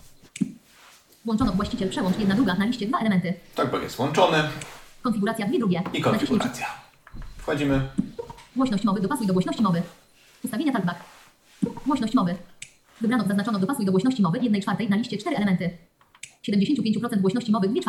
Włączono właściciel, przełącz jedna druga na liście dwa elementy. Talkback jest włączony Konfiguracja dwie drugie. i Naciśnij konfiguracja. Wchodzimy. Głośność mowy, dopasuj do głośności mowy. Ustawienia talkback. Głośność mowy. Wybrano, zaznaczono dopasuj do głośności mowy jednej czwartej na liście cztery elementy. siedemdziesiąt pięć procent głośności mowy dwie czwarte.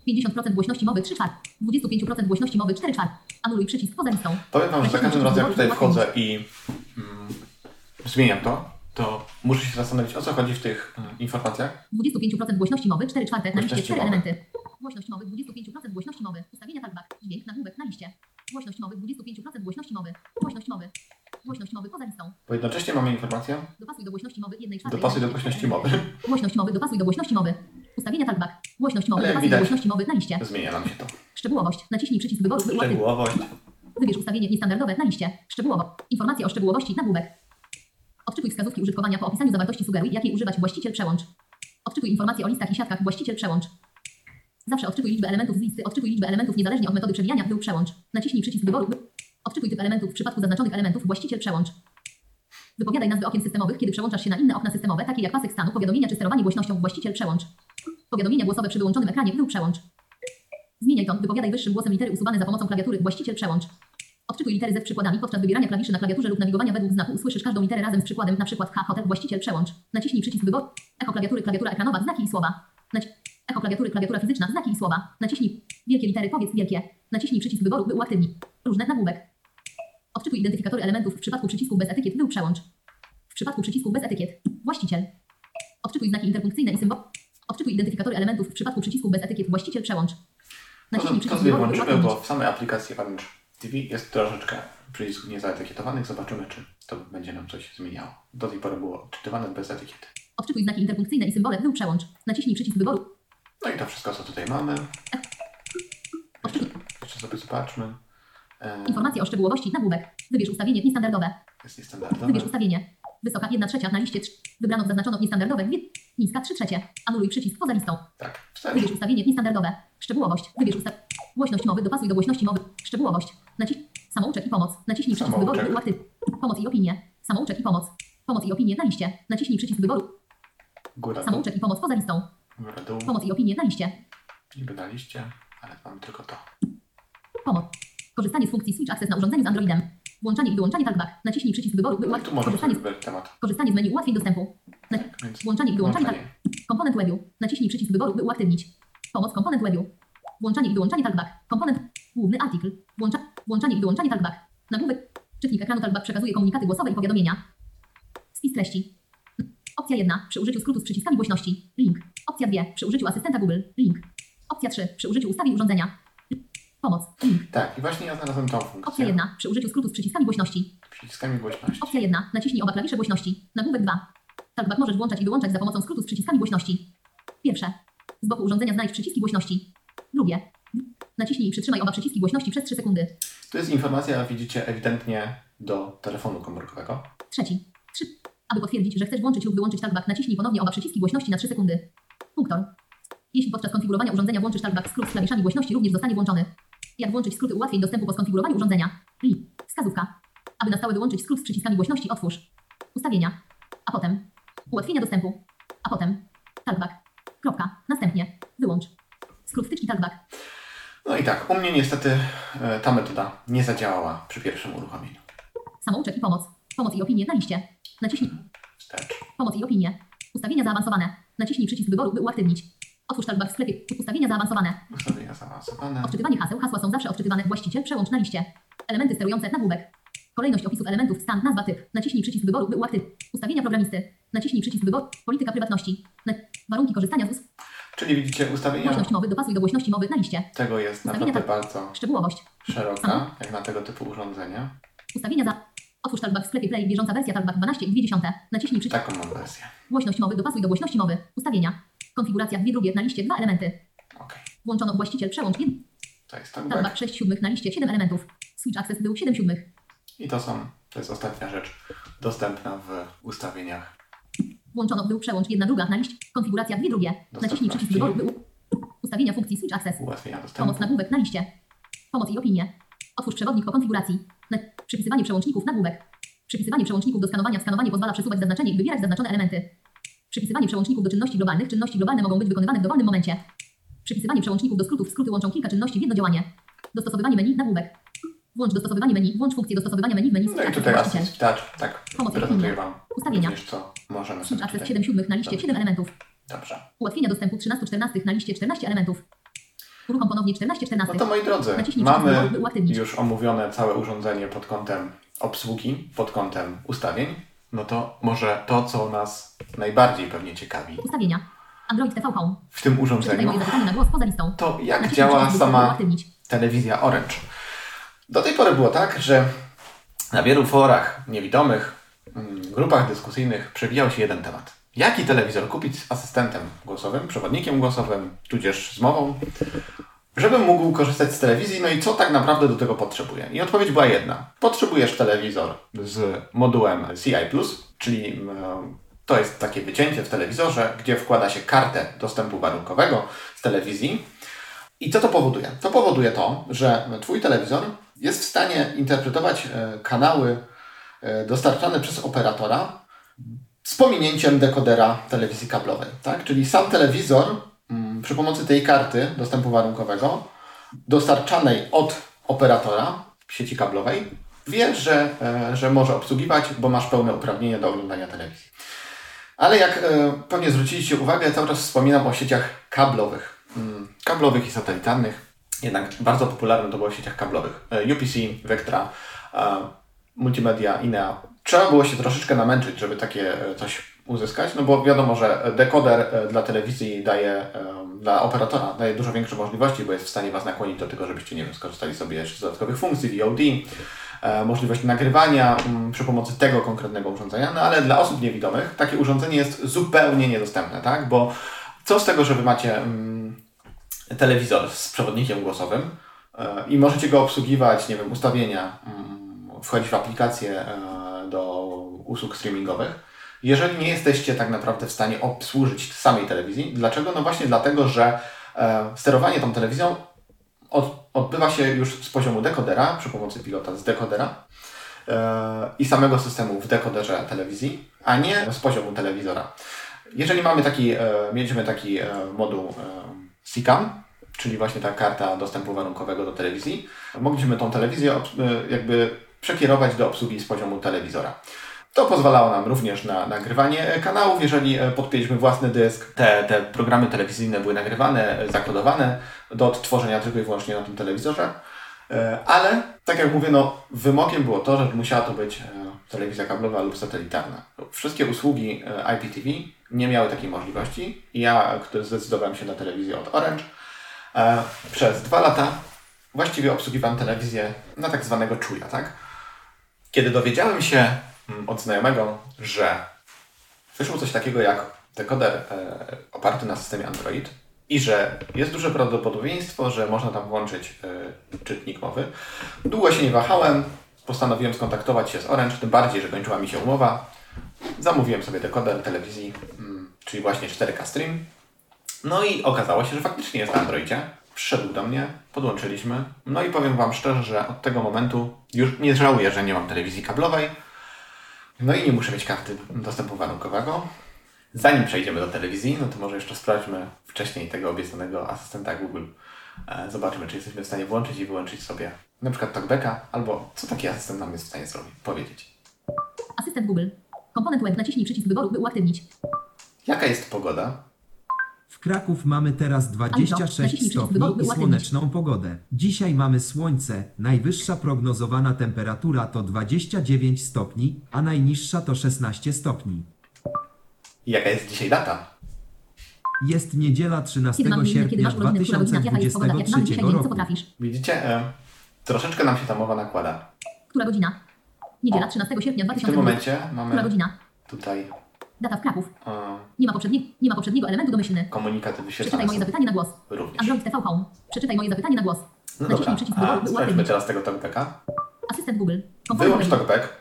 pięćdziesiąt procent głośności mowy trzy czwarte. dwadzieścia pięć procent głośności mowy cztery czwarte. Anuluj przycisk poza listą. Powiem Wam, że za każdym razem jak tutaj wchodzę i mm, zmieniam to, to muszę się zastanowić, o co chodzi w tych mm, informacjach. dwadzieścia pięć procent głośności mowy cztery czwarte. Na liście Głośności cztery mowy. elementy. Głośność mowy dwadzieścia pięć procent głośności mowy. Ustawienia talkback. Dźwięk nagłówek na liście. Głośność mowy dwadzieścia pięć procent głośności mowy. Głośność mowy. Głośność mowy poza listą. Bo jednocześnie mamy informację, Dopasuj do głośności mowy jednej czwartej. dopasuj do głośności mowy. Głośność mowy dopasuj do głośności mowy. Ustawienia talkback. Głośność mowy Ale jak dopasuj do widać, głośności mowy na liście. zmienia nam się to. Szczegółowość. Naciśnij przycisk wyboru. by uaktywnić. Szczegółowość. Wybierz ustawienie niestandardowe na liście. Szczegółowo. Informacja o szczegółowości nagłówek. Odczytuj wskazówki użytkowania po opisaniu zawartości. Sugeruj, jakiej używać. Właściciel przełącz. Odczytuj informacje o listach i siatkach. Właściciel przełącz. Zawsze odczytuj liczbę elementów z listy. Odczytuj liczbę elementów niezależnie od metody przewijania. Był przełącz. Naciśnij przycisk wyboru. by- Odczytuj typ elementów w przypadku zaznaczonych elementów. Właściciel przełącz. Wypowiadaj nazwy okien systemowych, kiedy przełączasz się na inne okna systemowe, takie jak pasek stanu, powiadomienia czy sterowanie głośnością. Właściciel przełącz. Powiadomienia głosowe przy wyłączonym ekranie. Był przełącz. Zmieniaj ton. Wypowiadaj wyższym głosem litery usuwane za pomocą klawiatury. Właściciel przełącz. Odczytuj litery z przykładami podczas wybierania klawiszy na klawiaturze lub nawigowania według znaku. Usłyszysz każdą literę razem z przykładem, na przykład H, hotel. Właściciel przełącz. Naciśnij przycisk wyboru. Echo klawiatury, klawiatura ekranowa, znaki i słowa. Naci- Echo klawiatury, klawiatura fizyczna, znaki i słowa. Naciśnij wielkie litery, powiedz wielkie. Naciśnij przycisk wyboru, by uaktywnij. Różne nagłówek. Odczytuj identyfikatory elementów w przypadku przycisków bez etykiet. Był przełącz. W przypadku przycisków bez etykiet. Właściciel. Odczytuj znaki interpunkcyjne i symbol. Odczytuj identyfikatory elementów w przypadku przycisków bez etykiet. Właściciel przełącz. To, Naciśnij to przycisk sobie wyboru, by włączymy, uaktywić. bo w samej aplikacji Orange T V jest troszeczkę przycisków niezaetykietowanych. Zobaczymy, czy to będzie nam coś zmieniało. Do tej pory było odczytywane bez etykiety. Odczytuj znaki interpunkcyjne i symbole. Był przełącz. Naciśnij przycisk wyboru. No i to wszystko, co tutaj mamy. Jeszcze, jeszcze sobie zobaczmy. E, Informacje o szczegółowości. Nagłówek. Wybierz ustawienie niestandardowe. jest niestandardowe. Wybierz ustawienie. Wysoka jedna trzecia na liście trzy. Wybrano zaznaczono niestandardowe. Dwie. Niska trzy trzecie. Anuluj przycisk poza listą. Tak, wstecz. Wybierz ustawienie niestandardowe. Szczegółowość. Wybierz usta... Głośność mowy. Dopasuj do głośności mowy. Szczegółowość. Naciś... Samouczek i pomoc. Naciśnij przycisk Samouczek. wyboru, by uaktyw... Pomoc i opinie. Samouczek i pomoc. Pomoc i opinie na liście. Naciśnij przycisk wyboru. Góra, dół. Samouczek i pomoc poza listą. Góra, dół. Pomoc i opinie na liście. Niby na liście, ale mamy tylko to. Pomoc. Korzystanie z funkcji Switch Access na urządzeniu z Androidem. Włączanie i wyłączanie talkback. Naciśnij przycisk wyboru, by No i tu uaktywić. możemy Korzystanie sobie z... wybrać temat. Korzystanie z menu ułatwień dostępu. Na... Tak, więc Włączanie i wyłączanie włączanie. talkback. Komponent webu. Naciśnij przycisk wyboru, by uaktywnić. Pomoc komponent webu. Włączanie i wyłączanie talkback. Komponent. Główny artykuł. Włącza... Włączanie i wyłączanie talkback. Nagłówek. Czytnik ekranu talkback przekazuje komunikaty głosowe i powiadomienia. Spis treści. Opcja jedna. Przy użyciu skrótu z przyciskami głośności. Link. Opcja dwa. Przy użyciu asystenta Google. Link. Opcja trzy. Przy użyciu ustawień urządzenia. Pomoc. Link. Tak, i właśnie ja znalazłem tą funkcję. Opcja jedna. Przy użyciu skrótu z przyciskami głośności. Przyciskami głośności. Opcja jedna. Naciśnij oba klawisze głośności. Nagłówek dwa. Talkback możesz włączać i wyłączać za pomocą skrótu z przyciskami głośności. Pierwsze. Z boku urządzenia znajdź przyciski głośności. Drugie. Naciśnij i przytrzymaj oba przyciski głośności przez trzy sekundy. To jest informacja, widzicie, ewidentnie do telefonu komórkowego. Trzeci. Trzy. Aby potwierdzić, że chcesz włączyć lub wyłączyć talkback, naciśnij ponownie oba przyciski głośności na trzy sekundy. Punktor. Jeśli podczas konfigurowania urządzenia włączysz talkback, skrót z klawiszami głośności również zostanie włączony. Jak włączyć skróty ułatwień dostępu po skonfigurowaniu urządzenia? Li. Wskazówka. Aby na stałe wyłączyć skrót z przyciskami głośności, otwórz ustawienia, a potem ułatwienia dostępu, a potem talkback. Kropka. Następnie wyłącz skrót wtyczki talkback. No i tak, u mnie niestety e, ta metoda nie zadziałała przy pierwszym uruchomieniu. Samouczek i pomoc. Pomoc i opinie na liście. Naciśnij Wstecz. pomoc i opinie. Ustawienia zaawansowane. Naciśnij przycisk wyboru, by uaktywnić. Otwórz talkback w sklepie. Ustawienia zaawansowane. Ustawienia zaawansowane. Odczytywanie haseł. Hasła są zawsze odczytywane. Właściciel przełącz na liście. Elementy sterujące nagłówek. Kolejność opisów elementów. Stan. Nazwa. Typ. Naciśnij przycisk wyboru, by uaktyw. Ustawienia programisty. Naciśnij przycisk wyboru. Polityka prywatności. Na... Warunki korzystania z us... Czyli widzicie, ustawienia Głośność mowy. Dopasuj do głośności mowy na liście. tego jest Ustawienia naprawdę tak. bardzo Szczegółowość. szeroka, jak na tego typu urządzenia. Ustawienia za... Otwórz talkback w sklepie Play. Bieżąca wersja talkback dwanaście i dwie dziesiąte. Naciśnij przycisk. Taką mam wersję. Głośność mowy. Dopasuj do głośności mowy. Ustawienia. Konfiguracja. Dwie drugie. Na liście dwa elementy. Ok, Włączono właściciel przełącz. jeden. to jest Talkback talkback. sześć siódmych na liście siedem elementów. Switch Access był siedem siódmych. I to są, to jest ostatnia rzecz dostępna w ustawieniach. Włączono był przełącz jedna druga na liście. Konfiguracja dwie drugie. Naciśnij przycisk wyboru. By u... Ustawienia funkcji Switch Access. Ułatwienia Pomoc dostępu. nagłówek na liście. Pomoc i opinie. Otwórz przewodnik po konfiguracji. Na... Przypisywanie przełączników nagłówek. Przypisywanie przełączników do skanowania. Skanowanie pozwala przesuwać zaznaczenie i wybierać zaznaczone elementy. Przypisywanie przełączników do czynności globalnych. Czynności globalne mogą być wykonywane w dowolnym momencie. Przypisywanie przełączników do skrótów. Skróty łączą kilka czynności w jedno działanie. Dostosowywanie menu nagłówek. Włącz dostosowywanie meni. Włącz funkcję dostosowywania meni w menu. No Switch i Access tutaj właściciel. Assist Touch, tak, Pomoc i prezentuję opinie. Wam Ustawienia. również, co możemy Switch sobie Access tutaj... siedem siódmych na liście siedem elementów. Dobrze. Ułatwienia dostępu trzynaście czternaście na liście czternaście elementów. Uruchom ponownie czternaście czternaście. No to moi drodzy, Naciśnij mamy przycisk, by uaktywnić. już omówione całe urządzenie pod kątem obsługi, pod kątem ustawień. No to może to, co nas najbardziej pewnie ciekawi Ustawienia. Android T V Home. w tym Przeczytaj urządzeniu, moje zapytanie na głos poza listą. to jak Naciśnij działa przycisk, by sama uaktywnić. telewizja Orange. Do tej pory było tak, że na wielu forach niewidomych, mm, grupach dyskusyjnych przewijał się jeden temat. Jaki telewizor kupić z asystentem głosowym, przewodnikiem głosowym, tudzież z mową, żebym mógł korzystać z telewizji, no i co tak naprawdę do tego potrzebuję? I odpowiedź była jedna. Potrzebujesz telewizor z modułem C I plus, czyli e, to jest takie wycięcie w telewizorze, gdzie wkłada się kartę dostępu warunkowego z telewizji. I co to powoduje? To powoduje to, że Twój telewizor jest w stanie interpretować e, kanały e, dostarczane przez operatora z pominięciem dekodera telewizji kablowej. Tak? Czyli sam telewizor m, przy pomocy tej karty dostępu warunkowego dostarczanej od operatora sieci kablowej wie, że, e, że może obsługiwać, bo masz pełne uprawnienia do oglądania telewizji. Ale jak e, pewnie zwróciliście uwagę, cały czas wspominam o sieciach kablowych. Mm, kablowych i satelitarnych. Jednak bardzo popularne to było w sieciach kablowych. E, U P C, Vectra, e, Multimedia, Inea. Trzeba było się troszeczkę namęczyć, żeby takie e, coś uzyskać, no bo wiadomo, że dekoder e, dla telewizji daje, e, dla operatora daje dużo większe możliwości, bo jest w stanie Was nakłonić do tego, żebyście, nie wiem, skorzystali sobie jeszcze z dodatkowych funkcji, V O D, e, możliwość nagrywania m, przy pomocy tego konkretnego urządzenia, no ale dla osób niewidomych takie urządzenie jest zupełnie niedostępne, tak? Bo co z tego, że Wy macie m, telewizor z przewodnikiem głosowym e, i możecie go obsługiwać, nie wiem, ustawienia, m, wchodzić w aplikacje e, do usług streamingowych, jeżeli nie jesteście tak naprawdę w stanie obsłużyć samej telewizji. Dlaczego? No właśnie dlatego, że e, sterowanie tą telewizją od, odbywa się już z poziomu dekodera, przy pomocy pilota z dekodera e, i samego systemu w dekoderze telewizji, a nie z poziomu telewizora. Jeżeli mamy taki, e, mieliśmy taki e, moduł e, C CAM, czyli właśnie ta karta dostępu warunkowego do telewizji, mogliśmy tą telewizję e, jakby przekierować do obsługi z poziomu telewizora. To pozwalało nam również na nagrywanie kanałów, jeżeli podpięliśmy własny dysk. Te, te programy telewizyjne były nagrywane, zakodowane do odtworzenia tylko i wyłącznie na tym telewizorze. Ale, tak jak mówię, no, wymogiem było to, że musiała to być telewizja kablowa lub satelitarna. Wszystkie usługi I P T V nie miały takiej możliwości. Ja, który zdecydowałem się na telewizję od Orange, przez dwa lata właściwie obsługiwałem telewizję na tak zwanego czuja, tak? Kiedy dowiedziałem się od znajomego, że wyszło coś takiego jak dekoder e, oparty na systemie Android i że jest duże prawdopodobieństwo, że można tam włączyć e, czytnik mowy. Długo się nie wahałem, postanowiłem skontaktować się z Orange, tym bardziej, że kończyła mi się umowa. Zamówiłem sobie dekoder telewizji, mm, czyli właśnie cztery K Stream. No i okazało się, że faktycznie jest na Androidzie. Przyszedł do mnie, podłączyliśmy. No i powiem Wam szczerze, że od tego momentu już nie żałuję, że nie mam telewizji kablowej. No i nie muszę mieć karty dostępu warunkowego. Zanim przejdziemy do telewizji, no to może jeszcze sprawdźmy wcześniej tego obiecanego asystenta Google. E, zobaczmy, czy jesteśmy w stanie włączyć i wyłączyć sobie na przykład talkbacka, albo co taki asystent nam jest w stanie zrobić, powiedzieć. Asystent Google. Komponent web. Naciśnij przycisk wyboru, by uaktywnić. Jaka jest pogoda? W Kraków mamy teraz dwadzieścia sześć stopni i słoneczną pogodę. Dzisiaj mamy słońce, najwyższa prognozowana temperatura to dwadzieścia dziewięć stopni, a najniższa to szesnaście stopni. Jaka jest dzisiaj data? Jest niedziela Kiedy trzynastego mamy imię, kiedy sierpnia masz urodziny, która godzina, jaka jest pogoda, jak mamy dwa tysiące dwudziestego dzisiaj, trzeciego nie wiem, co roku. potrafisz. Widzicie, e, troszeczkę nam się ta mowa nakłada. Która godzina? Niedziela O. trzynastego sierpnia dwa W tym tysiące dwudziestego. momencie Która mamy godzina? tutaj Data w Kraków. e, Nie ma, poprzedni, nie ma poprzedniego elementu domyślny. komunikaty Przeczytaj wyświetlane moje są zapytanie na głos. również. Android T V Home. Przeczytaj moje zapytanie na głos. No Naciśnij dobra, przycisk wyboru, a by sprawdźmy uaktywnić. teraz tego talkbacka. Asystent Google. Komponent Wyłącz web. talkback.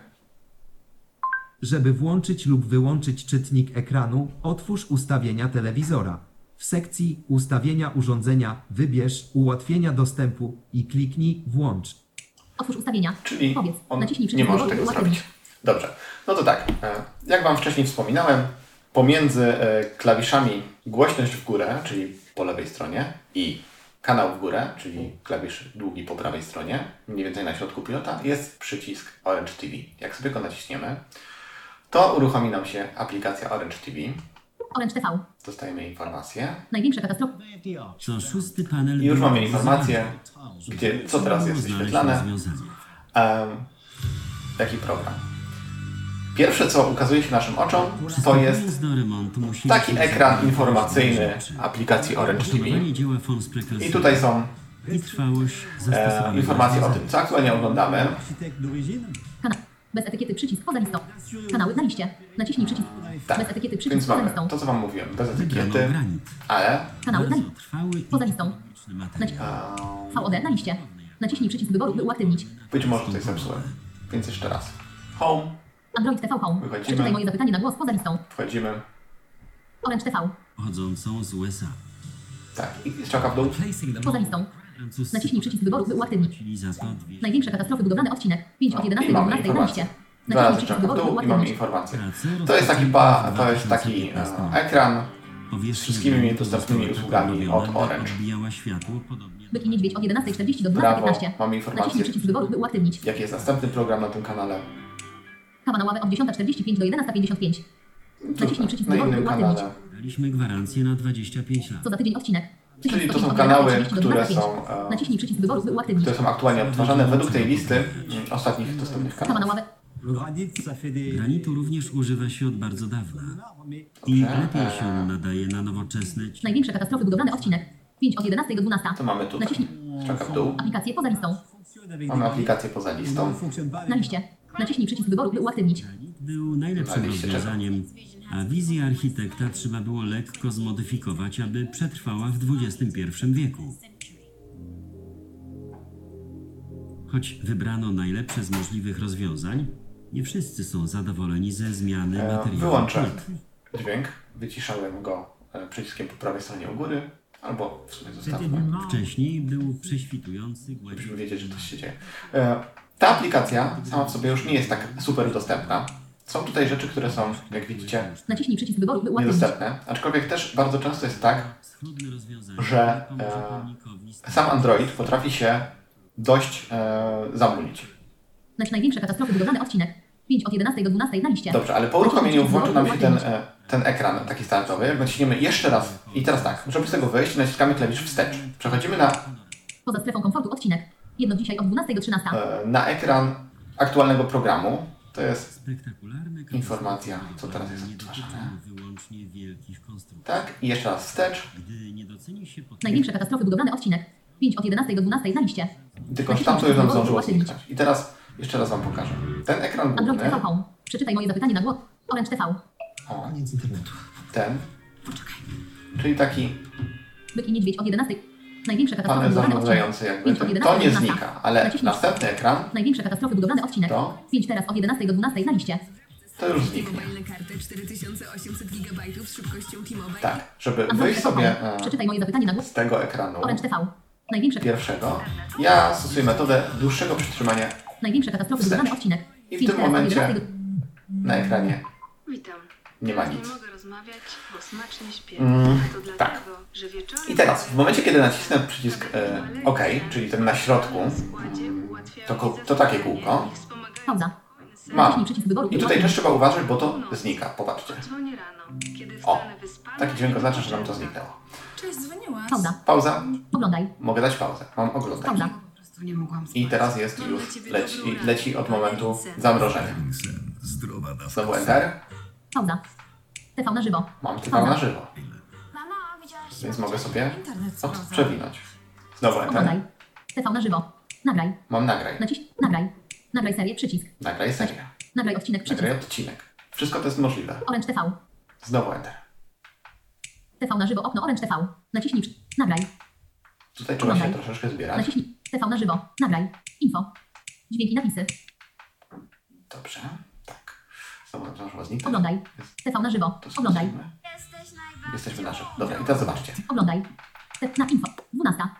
Żeby włączyć lub wyłączyć czytnik ekranu, otwórz ustawienia telewizora. W sekcji Ustawienia urządzenia wybierz Ułatwienia dostępu i kliknij Włącz. Otwórz ustawienia. Czyli Powiedz. on Naciśnij nie przycisk może wyboru, by tego uaktywnić. zrobić. Dobrze, no to tak, e, jak Wam wcześniej wspominałem, pomiędzy e, klawiszami głośność w górę, czyli po lewej stronie, i kanał w górę, czyli klawisz długi po prawej stronie, mniej więcej na środku pilota, jest przycisk Orange T V. Jak sobie go naciśniemy, to uruchomi nam się aplikacja Orange T V. Orange T V. Dostajemy informację. Największa katastrofa. Co szósty panel... I już mamy był informację, wzywany. gdzie, co teraz jest Znaleźć wyświetlane. rozwiązanie. Um, jaki program? Pierwsze, co ukazuje się naszym oczom, to jest Do remontu musimy taki się ekran zająć informacyjny rzeczy. aplikacji Orange T V. Opanowanie dzieła Fonsprekel I tutaj są i trwałość e, zastosowanego informacje o rozwiązania. tym, co aktualnie oglądamy. Kanał. Bez etykiety przycisk poza listą. Kanały na liście. Naciśnij przycisk. Tak, Bez etykiety więc przycisk poza mamy listą. to, co Wam mówiłem, bez Wybrano etykiety, granit. ale Kanały na Bardzo liście. trwały i Poza listą. ekonomiczny materiał. um, V O D na liście. Naciśnij przycisk wyboru, by uaktywnić. być może coś zepsułem. Więc jeszcze raz. Home, Android T V Home. Wychodzimy. Przeczytaj moje zapytanie na głos poza listą. wchodzimy, Orange T V. Pochodzącą z U S A. tak, i strzałka w dół. Poza listą. Francuscy Naciśnij przycisk wyboru, by uaktywnić. płacili za to dwieście Największe katastrofy budowlane odcinek. pięć od I jedenastej do mamy dwunastej na informację. liście. Dwa Naciśnij razy przycisk strzałka w wyboru, by dół i mamy uaktywnić. informację. prace. To jest taki, pa, to jest taki rozpoczęte e, ekran Powierzchnia z wszystkimi gruntu dostępnymi została usługami poprawiona, od by Orange. odbijała światło, podobnie Byk i niedźwiedź od jedenastej czterdzieści do dwunastej Brawo, piętnaście. mamy Naciśnij informację, przycisk wyboru, by uaktywnić. jaki jest następny program na tym kanale. Kawa na ławę od dziesiąta czterdzieści pięć do jedenasta pięćdziesiąt pięć. Naciśnij przycisk Na wyboru, by innym uaktywnić. kanale. daliśmy gwarancję na dwadzieścia pięć lat. Co za tydzień odcinek. Czyli to tysiąc są od kanały, jedenastej trzydzieści do które dwunastej pięć. są, e, Naciśnij przycisk wyboru, by uaktywnić. które są aktualnie odtwarzane według tej listy mm, ostatnich dostępnych Kawa na kanałów. ławę. Granitu również używa się od bardzo dawna. I lepiej się nadaje na nowoczesne Największe katastrofy budowlane odcinek. pięć od jedenastej do dwunastej. To mamy tutaj. Naciśnij Strzałka w dół. aplikację poza listą. Mamy aplikację poza listą. Na liście. Naciśnij przycisk wyboru, by uaktywnić. był najlepszym Na liście rozwiązaniem, a wizję architekta trzeba było lekko zmodyfikować, aby przetrwała w dwudziestym pierwszym wieku. Choć wybrano najlepsze z możliwych rozwiązań, nie wszyscy są zadowoleni ze zmiany E, materiału. Wyłączę płyt. dźwięk. Wyciszałem go e, przyciskiem po prawej stronie u góry. Albo w sumie zostawmy. Wcześniej był prześwitujący Musimy gładki. wiedzieć, że coś się dzieje. E, Ta aplikacja sama w sobie już nie jest tak super dostępna. Są tutaj rzeczy, które są, jak widzicie, Naciśnij przycisk wyboru, by uaktywnić. niedostępne. Aczkolwiek też bardzo często jest tak, Schludne rozwiązanie, że, pomoże e, pełnikowi z- sam Android potrafi się dość e, zamulić. Znaczy największe katastrofy budowlane odcinek. pięć od jedenastej do dwunastej na liście. Dobrze, ale po uruchomieniu włączy nam się ten, e, ten ekran taki startowy. Jak naciśniemy jeszcze raz i teraz tak, żeby z tego wyjść, naciskamy klawisz wstecz. Przechodzimy na, Poza strefą komfortu odcinek. Jedno dzisiaj od dwunastej do trzynastej. e, na ekran aktualnego programu. To jest Spektakularne informacja, co katastrofy teraz jest nie odtwarzane. dotyczą wyłącznie wielkich konstrukcji. Tak, i jeszcze raz wstecz. Gdy nie doceni się potrzeby, Największe katastrofy budowlane odcinek. pięć od jedenastej do dwunastej na liście. Tylko że tamto już nam zdążyło zniknąć. I teraz jeszcze raz Wam pokażę. Ten ekran Android główny, T V Home. Przeczytaj moje zapytanie na głos. Orange T V. o, ten, czyli taki Byk i niedźwiedź od jedenastej. Największe katastrofy panel budowlane odcinek. zarządzający jakby, pięć od to, jedenastej to do nie dwunastej. znika, ale Naciśnij- następny ekran, Największe katastrofy budowlane odcinek. To? pięć teraz od jedenastej do dwunastej na liście. to już zniknie. Mobilne karty cztery tysiące osiemset gigabajtów z szybkością T-Mobile. Tak, żeby Android wyjść T V sobie Home. e, Przeczytaj moje zapytanie na głos. z tego ekranu Orange T V. Największe, pierwszego, ja stosuję metodę dłuższego przytrzymania największe katastrofy Wstecz. budowlane odcinek. I w pięć tym teraz od momencie jedenastej do... na ekranie Witam. nie ma Teraz nic. Nie mogę rozmawiać, bo smacznie śpię. Mm, A to dlatego, tak. że wieczorem... I teraz, w momencie kiedy nacisnę przycisk e, OK, czyli ten na środku, to, ko- to takie kółko, Pauza. mam. Naciśnij przycisk wyboru. I tutaj też trzeba uważać, bo to znika, popatrzcie. Dzwonię rano, kiedy O, wstanę wyspana. taki dźwięk oznacza, że nam to zniknęło. Cześć, dzwoniłaś. Pauza. Pauza, Oglądaj. mogę dać pauzę, mam oglądać. Pauza. Po prostu nie mogłam spać. I teraz jest Mam już, dla ciebie leci, dobrą radę. leci od momentu Sen. zamrożenia. Znowu Enter, Pauza. T V na żywo. mam T V na żywo, Mamo, widziałaś więc mogę sobie internet od, sprawdzam. przewinąć. Znowu Oglądaj. Enter, T V na żywo. Nagraj. mam nagraj, Naciśnij. Nagraj. Nagraj serię. Przycisk. nagraj serię, Nagraj odcinek. Przycisk. nagraj odcinek. Wszystko to jest możliwe. Orange T V. Znowu Enter. T V na żywo. Okno Orange T V. Naciśnij. przy- Nagraj. Tutaj trzeba się Oglądaj. troszeczkę zbierać. Naciśnij. T V na żywo. Nagraj. Info. Dźwięki, napisy. Dobrze, tak. Znowu zdążyło zniknąć. Oglądaj. T V na żywo. To Oglądaj. stosujmy. Jesteś najbardziej... Jesteśmy na żywo. Dobra, i teraz zobaczcie. Oglądaj. T na info. dwunasta.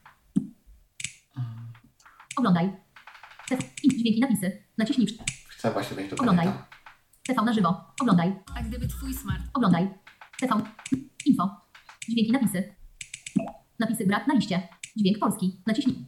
Oglądaj. T V. I dźwięki, napisy. Naciśnij. przy- Chcę właśnie wejść do Oglądaj. planeta. T V na żywo. Oglądaj. A gdyby twój smart... Oglądaj. T V. Info. Dźwięki, napisy. Napisy brak na liście. Dźwięk polski. Naciśnij.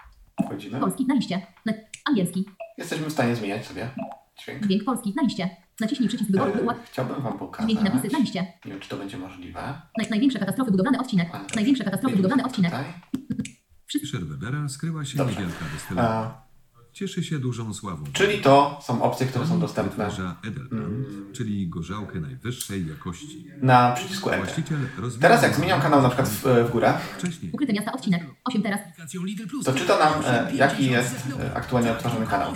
Wchodzimy. Polski na liście. Na... Angielski. Jesteśmy w stanie zmieniać sobie dźwięk. Dźwięk polski na liście. Naciśnij przycisk wyboru, by E, ułatwić. chciałbym wam pokazać. Zmienić napisy na liście. Nie wiem, czy to będzie możliwe. Naj, największe katastrofy budowlane odcinek. Ale Największe katastrofy budowlane odcinek. Tutaj. Fischer Webera skryła się Dobrze. niewielka destylarnia. E, Cieszy się dużą sławą. czyli to są opcje, które są dostępne Wytwarza Edelbrand, czyli gorzałkę najwyższej jakości. na przycisku Enter. Właściciel rozwija... Teraz jak zmieniam kanał na przykład w, w górę, Wcześniej. Ukryte miasta odcinek. osiem teraz. to czyta nam, e, jaki jest e, aktualnie odtworzony kanał.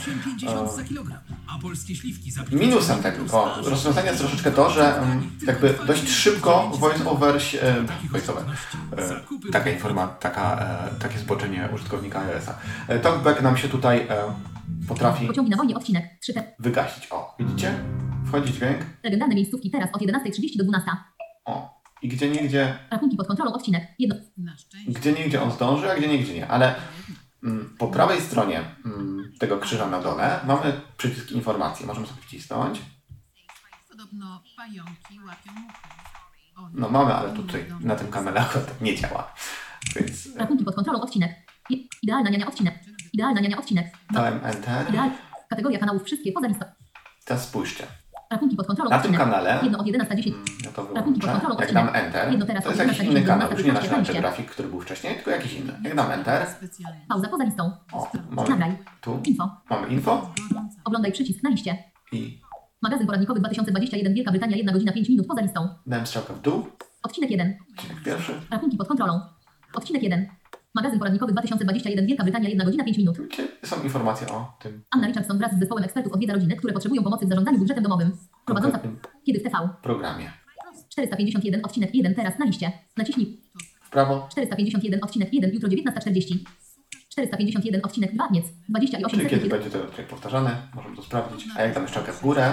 E, minusem tego rozwiązania jest troszeczkę to, że mm, jakby dość szybko voice-over, się- e, voice-over e, taka informa, taka, e, takie zboczenie użytkownika iOS-a. E, Talkback nam się tutaj e, potrafi Pociągi na wojnie odcinek. trzy te. wygasić. O, widzicie? Wchodzi dźwięk. Legendarne miejscówki teraz od jedenastej trzydzieści do dwunastej. O, i gdzie niegdzie, Rachunki pod kontrolą odcinek. Jedno. gdzie niegdzie on zdąży, a gdzie niegdzie nie. Ale mm, po prawej stronie mm, tego krzyża na dole mamy przycisk informacji. Możemy sobie wcisnąć. Podobno pająki łapią muchy. One No mamy, ale tutaj na tym kanale akurat nie działa. Więc e, Rachunki pod kontrolą odcinek. I- Idealna niania odcinek. Idealna niania odcinek. dałem Enter. Ideal. Kategoria kanałów wszystkie poza listą. Teraz spójrzcie. Rachunki pod kontrolą Na tym odcinek. kanale, Jedno od jedenastej dziesięć. mm, ja to Rachunki pod wyłączę, kontrolą jak dam odcinek. Enter, Jedno teraz to jest od jakiś jedenastej inny kanał, do już nie nasz dwunastej Geographic, który był wcześniej, tylko jakiś inny. Jak dam Enter, specjalnie Pauza poza listą. o, Nagraj. mamy tu, Info. mamy info gorąca. Oglądaj przycisk na liście. i Magazyn poradnikowy dwa tysiące dwudziesty jeden Wielka Brytania jedna godzina pięć minut poza listą. dałem strzałkę w dół, Odcinek jeden. odcinek pierwszy. Rachunki pod kontrolą. Odcinek jeden. Magazyn poradnikowy dwa tysiące dwudziesty jeden Wielka Brytania jedna godzina pięć minut. Gdzie są informacje o tym Anna Richardson wraz z zespołem ekspertów odwiedza rodziny, które potrzebują pomocy w zarządzaniu budżetem domowym. Prowadząca konkretnym kiedy w T V. programie. czterysta pięćdziesiąt jeden odcinek jeden teraz na liście. Naciśnij. W prawo, czterysta pięćdziesiąt jeden odcinek jeden jutro dziewiętnasta czterdzieści. czterysta pięćdziesiąt jeden odcinek dwa nic. dwadzieścia osiem czyli kiedy sekund. będzie to tutaj powtarzane, możemy to sprawdzić. A jak damy strzałkę w górę,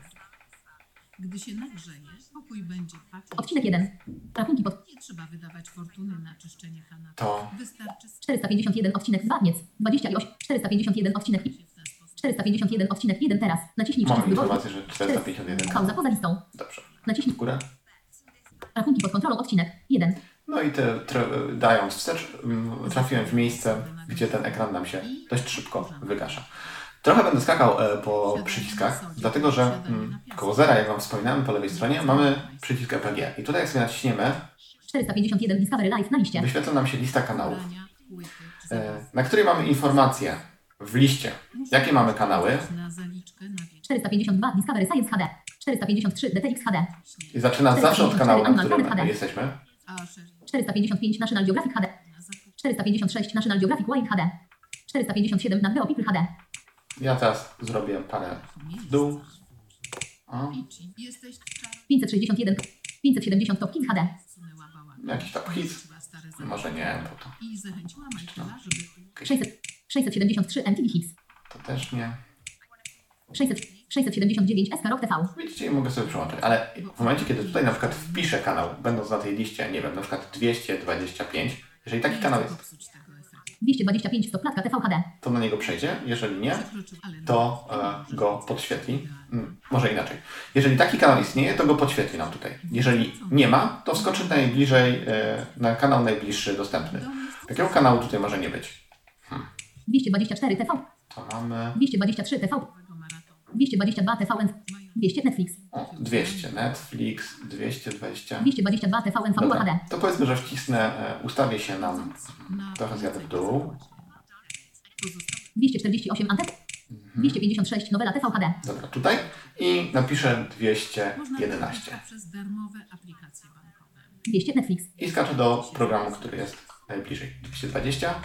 Gdy się nagrzeje, pokój będzie patrzeć. Odcinek jeden. Rachunki pod Nie trzeba wydawać fortuny na czyszczenie kanału. to Wystarczy czterysta pięćdziesiąt jeden odcinek dwa nic. dwadzieścia osiem. czterysta pięćdziesiąt jeden odcinek i w ten sposób. czterysta pięćdziesiąt jeden odcinek jeden teraz. Naciśnij mamy przycisk wyboru. informację, że czterysta pięćdziesiąt jeden. Pauza poza listą. Dobrze, Naciśnij w górę. rachunki pod kontrolą odcinek jeden. No i te, tra- dając wstecz, mm, trafiłem w miejsce, gdzie ten ekran nam się dość szybko wygasza. Trochę będę skakał e, po przyciskach, dlatego że mm, koło zera, jak Wam wspominałem, po lewej stronie mamy przycisk E P G. I tutaj jak sobie naciśniemy, czterysta pięćdziesiąt jeden Discovery Live na liście. wyświetla nam się lista kanałów, Ubrania, płyty czy e, zapasy. na której mamy informacje w liście, jakie mamy kanały. Na zaliczkę na wieczór. czterysta pięćdziesiąt dwa Discovery Science H D. czterysta pięćdziesiąt trzy D T X H D. I zaczyna zawsze od kanału, na Animal którym Planet H D. jesteśmy. A szereg czterysta pięćdziesiąt pięć National Geographic H D. na zakup. czterysta pięćdziesiąt sześć National Geographic Wild H D. czterysta pięćdziesiąt siedem Nat People H D. Ja teraz zrobię parę w dół. O, Pici. Jesteś czar... pięćset sześćdziesiąt jeden pięćset siedemdziesiąt Top Kids H D. Sunęła bałagan. jakiś tam hit. Rzuciła stare zapasy. Może nie, bo to, I zachęciła Michaela, żeby... sześćset sześćset siedemdziesiąt trzy M T V Hits. to też nie. sześćset sześćset siedemdziesiąt dziewięć S K Rock T V. Widzicie, mogę sobie przełączyć, ale w momencie, kiedy tutaj na przykład wpiszę kanał, będąc na tej liście, nie wiem, na przykład dwieście dwadzieścia pięć, jeżeli taki kanał jest, Popsuć tego efektu. dwieście dwadzieścia pięć Stop Klatka T V H D. to na niego przejdzie, jeżeli nie, Przekroczył, ale to e, go podświetli. Mm, może inaczej. Jeżeli taki kanał istnieje, to go podświetli nam tutaj. Jeżeli nie ma, to wskoczy najbliżej, e, na kanał najbliższy dostępny. Takiego kanału tutaj może nie być. dwieście dwadzieścia cztery T V. To mamy dwieście dwadzieścia trzy T V. maratonu. dwieście dwadzieścia dwa T V N. dwieście Netflix. o, dwieście Netflix, dwieście dwadzieścia. dwieście dwadzieścia dwa T V N Fabuła H D. Dobra, to powiedzmy, że wcisnę, e, ustawię się nam, Na trochę zjadę w dół. pozostałe dwieście czterdzieści osiem Antet. dwieście pięćdziesiąt sześć Nowela T V H D. Dobra, tutaj i napiszę dwieście można jedenaście. korzystać przez darmowe aplikacje bankowe. dwieście Netflix. I skaczę do programu, który jest najbliżej. dwieście dwadzieścia.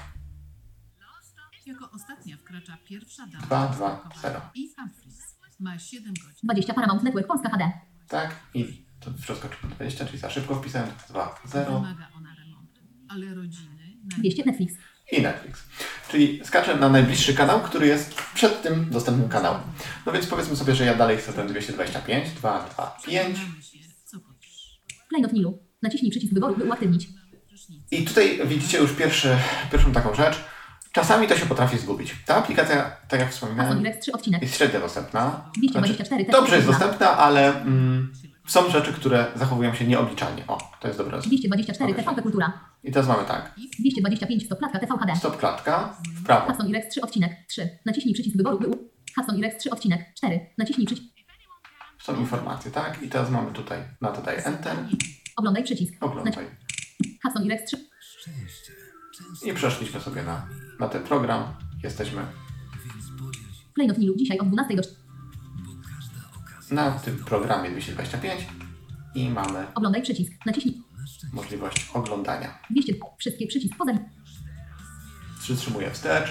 Jako ostatnia wkracza pierwsza dama. Dwa, dwa, bankowa. zero. I Humphries. Ma siedem godzin. dwadzieścia Paramount Network Polska H D. Tak, i to przeskoczę po dwadzieścia, czyli za szybko wpisałem dwa, zero Wymaga ona remontu. Ale rodziny... Na... dwieście Netflix. i Netflix. Czyli skaczę na najbliższy kanał, który jest przed tym dostępnym kanałem. No więc powiedzmy sobie, że ja dalej chcę ten dwieście dwadzieścia pięć, dwa, dwa, pięć. Przekonamy się, co powiesz. Klejnot Nilu. Naciśnij przycisk wyboru, by uaktywnić. I tutaj widzicie już pierwszy, pierwszą taką rzecz. Czasami to się potrafi zgubić. Ta aplikacja, tak jak Amazon wspominałem, Rex trzy odcinek. jest średnio dostępna. dwieście dwadzieścia cztery T V. Dobrze jest dostępna, ale mm, są rzeczy, które zachowują się nieobliczalnie. O, to jest dobre. dwieście dwadzieścia cztery T V P Kultura. I teraz mamy tak. dwieście dwadzieścia pięć Stop Klatka T V H D. Stop klatka, w prawo. Hudson i Rex trzy odcinek trzy. Naciśnij przycisk wyboru, by u... Hudson i Rex trzy odcinek cztery. Naciśnij przycisk. są informacje, tak? I teraz mamy tutaj, na to daję Enter, Oglądaj przycisk. oglądaj. Hudson i Rex trzy. I przeszliśmy sobie na, na ten program. Jesteśmy Play of Nilu dzisiaj od dwunastej do na tym programie dwieście dwadzieścia pięć i mamy Oglądaj przycisk. Naciśnij. możliwość oglądania. dwieście. Wszystkie przycisk poza. Przytrzymuję wstecz,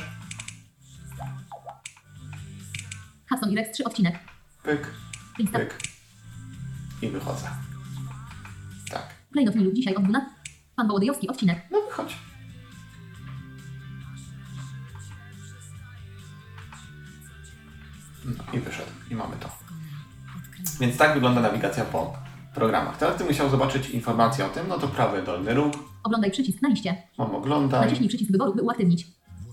Hudson i Rex trzy odcinek. pyk, Lista. pyk i wychodzę. Tak, Play of Nilu dzisiaj od dwunastej. Pan Wołodyjowski odcinek. no wychodź. No i wyszedł. I mamy to. Więc tak wygląda nawigacja po programach. Teraz gdybym chciał zobaczyć informację o tym, no to prawy dolny róg. Oglądaj przycisk na liście. Mam oglądaj. Naciśnij przycisk wyboru, by uaktywnić.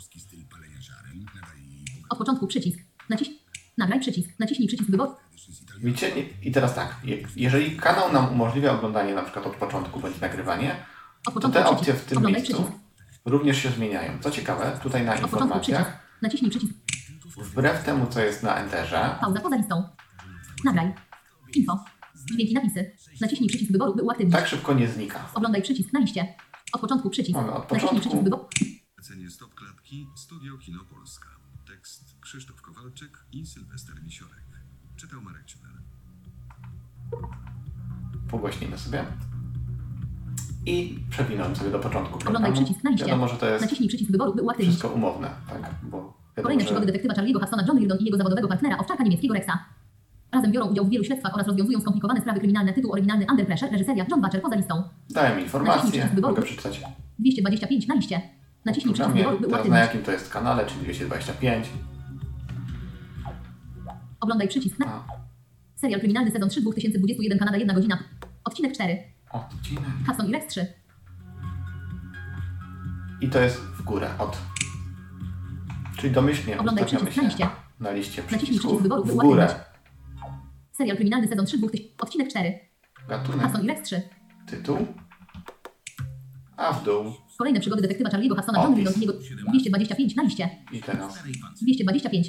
Od początku przycisk. Naciśnij. Nagraj przycisk. Naciśnij przycisk wyboru. Widzicie? I teraz tak. je- Jeżeli kanał nam umożliwia oglądanie na przykład od początku bądź nagrywanie, Od to początku te przycisk. opcje w tym Oglądaj miejscu przycisk. również się zmieniają. Co ciekawe, tutaj na Od początku przycisk. informacjach, Naciśnij przycisk. wbrew temu co jest na Enterze, Pauza poza listą. Nagraj. Info. Dźwięki napisy. Naciśnij przycisk wyboru, by uaktywnić. tak szybko nie znika. Oglądaj przycisk na liście. Od początku przycisk. Mamy od Naciśnij początku. przycisk wyboru. Cenie Stop Klatki, Studio Kino Polska. Tekst Krzysztof Kowalczyk i Sylwester Misiorek. Czytał Marek Ciuler. Pogłośnimy sobie. I przewinąłem sobie do początku Oglądaj programu. przycisk na liście. Wiadomo, że to jest Naciśnij przycisk wyboru, by uaktywnić. wszystko umowne, tak? Bo wiadomo, Kolejne że przygody detektywa Charlie'ego Hudsona John Reardon i jego zawodowego partnera, owczarka niemieckiego Rexa. Razem biorą udział w wielu śledztwach oraz rozwiązują skomplikowane sprawy kryminalne. Tytuł oryginalny Under Pressure, reżyseria John Butcher poza listą. dałem Naciśnij informację, przycisk wyboru. mogę przeczytać dwieście dwadzieścia pięć na liście. Naciśnij w przycisk programie. wyboru, by Teraz na uaktywnić. jakim to jest kanale, czyli dwieście dwadzieścia pięć. Oglądaj przycisk na... A, Serial kryminalny sezon trzy dwa tysiące dwudziesty jeden Kanada jedna godzina. Odcinek cztery. odcinek. Hudson i Rex trzy. I to jest w górę, od. Czyli domyślnie Oglądaj ustawiamy przycisk na się liście. na liście Naciśnij przycisków przycisk wyboru, by w górę. uaktywnić. Serial kryminalny sezon trzy dwa tysiące... Odcinek cztery. Gatunek, Hudson i Rex trzy. tytuł, a w dół Kolejne przygody detektywa Charlie'ego Hudsona John Opis. Reardon i jego... dwieście dwadzieścia pięć na liście. i teraz. dwieście dwadzieścia pięć.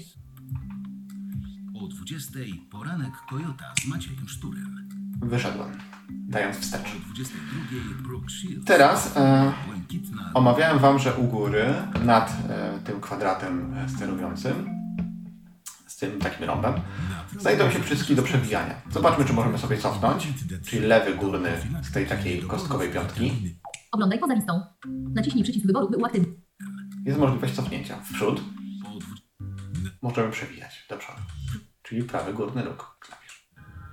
O dwudziestej poranek Toyota z Maciejem Szturem. Wyszedłem, dając wstecz. O dwudziestej drugiej Brooke Shields. Teraz e, Błękitna omawiałem Wam, że u góry, nad e, tym kwadratem e, sterującym, z tym takim rąbem, znajdują się przyciski do przewijania. Zobaczmy, czy możemy sobie cofnąć, czyli lewy górny z tej takiej kostkowej piątki. Oglądaj poza listą. Naciśnij przycisk wyboru, by uaktywnić. Jest możliwość cofnięcia w przód. o dwu- Możemy przewijać do przodu, czyli prawy górny róg klawisz.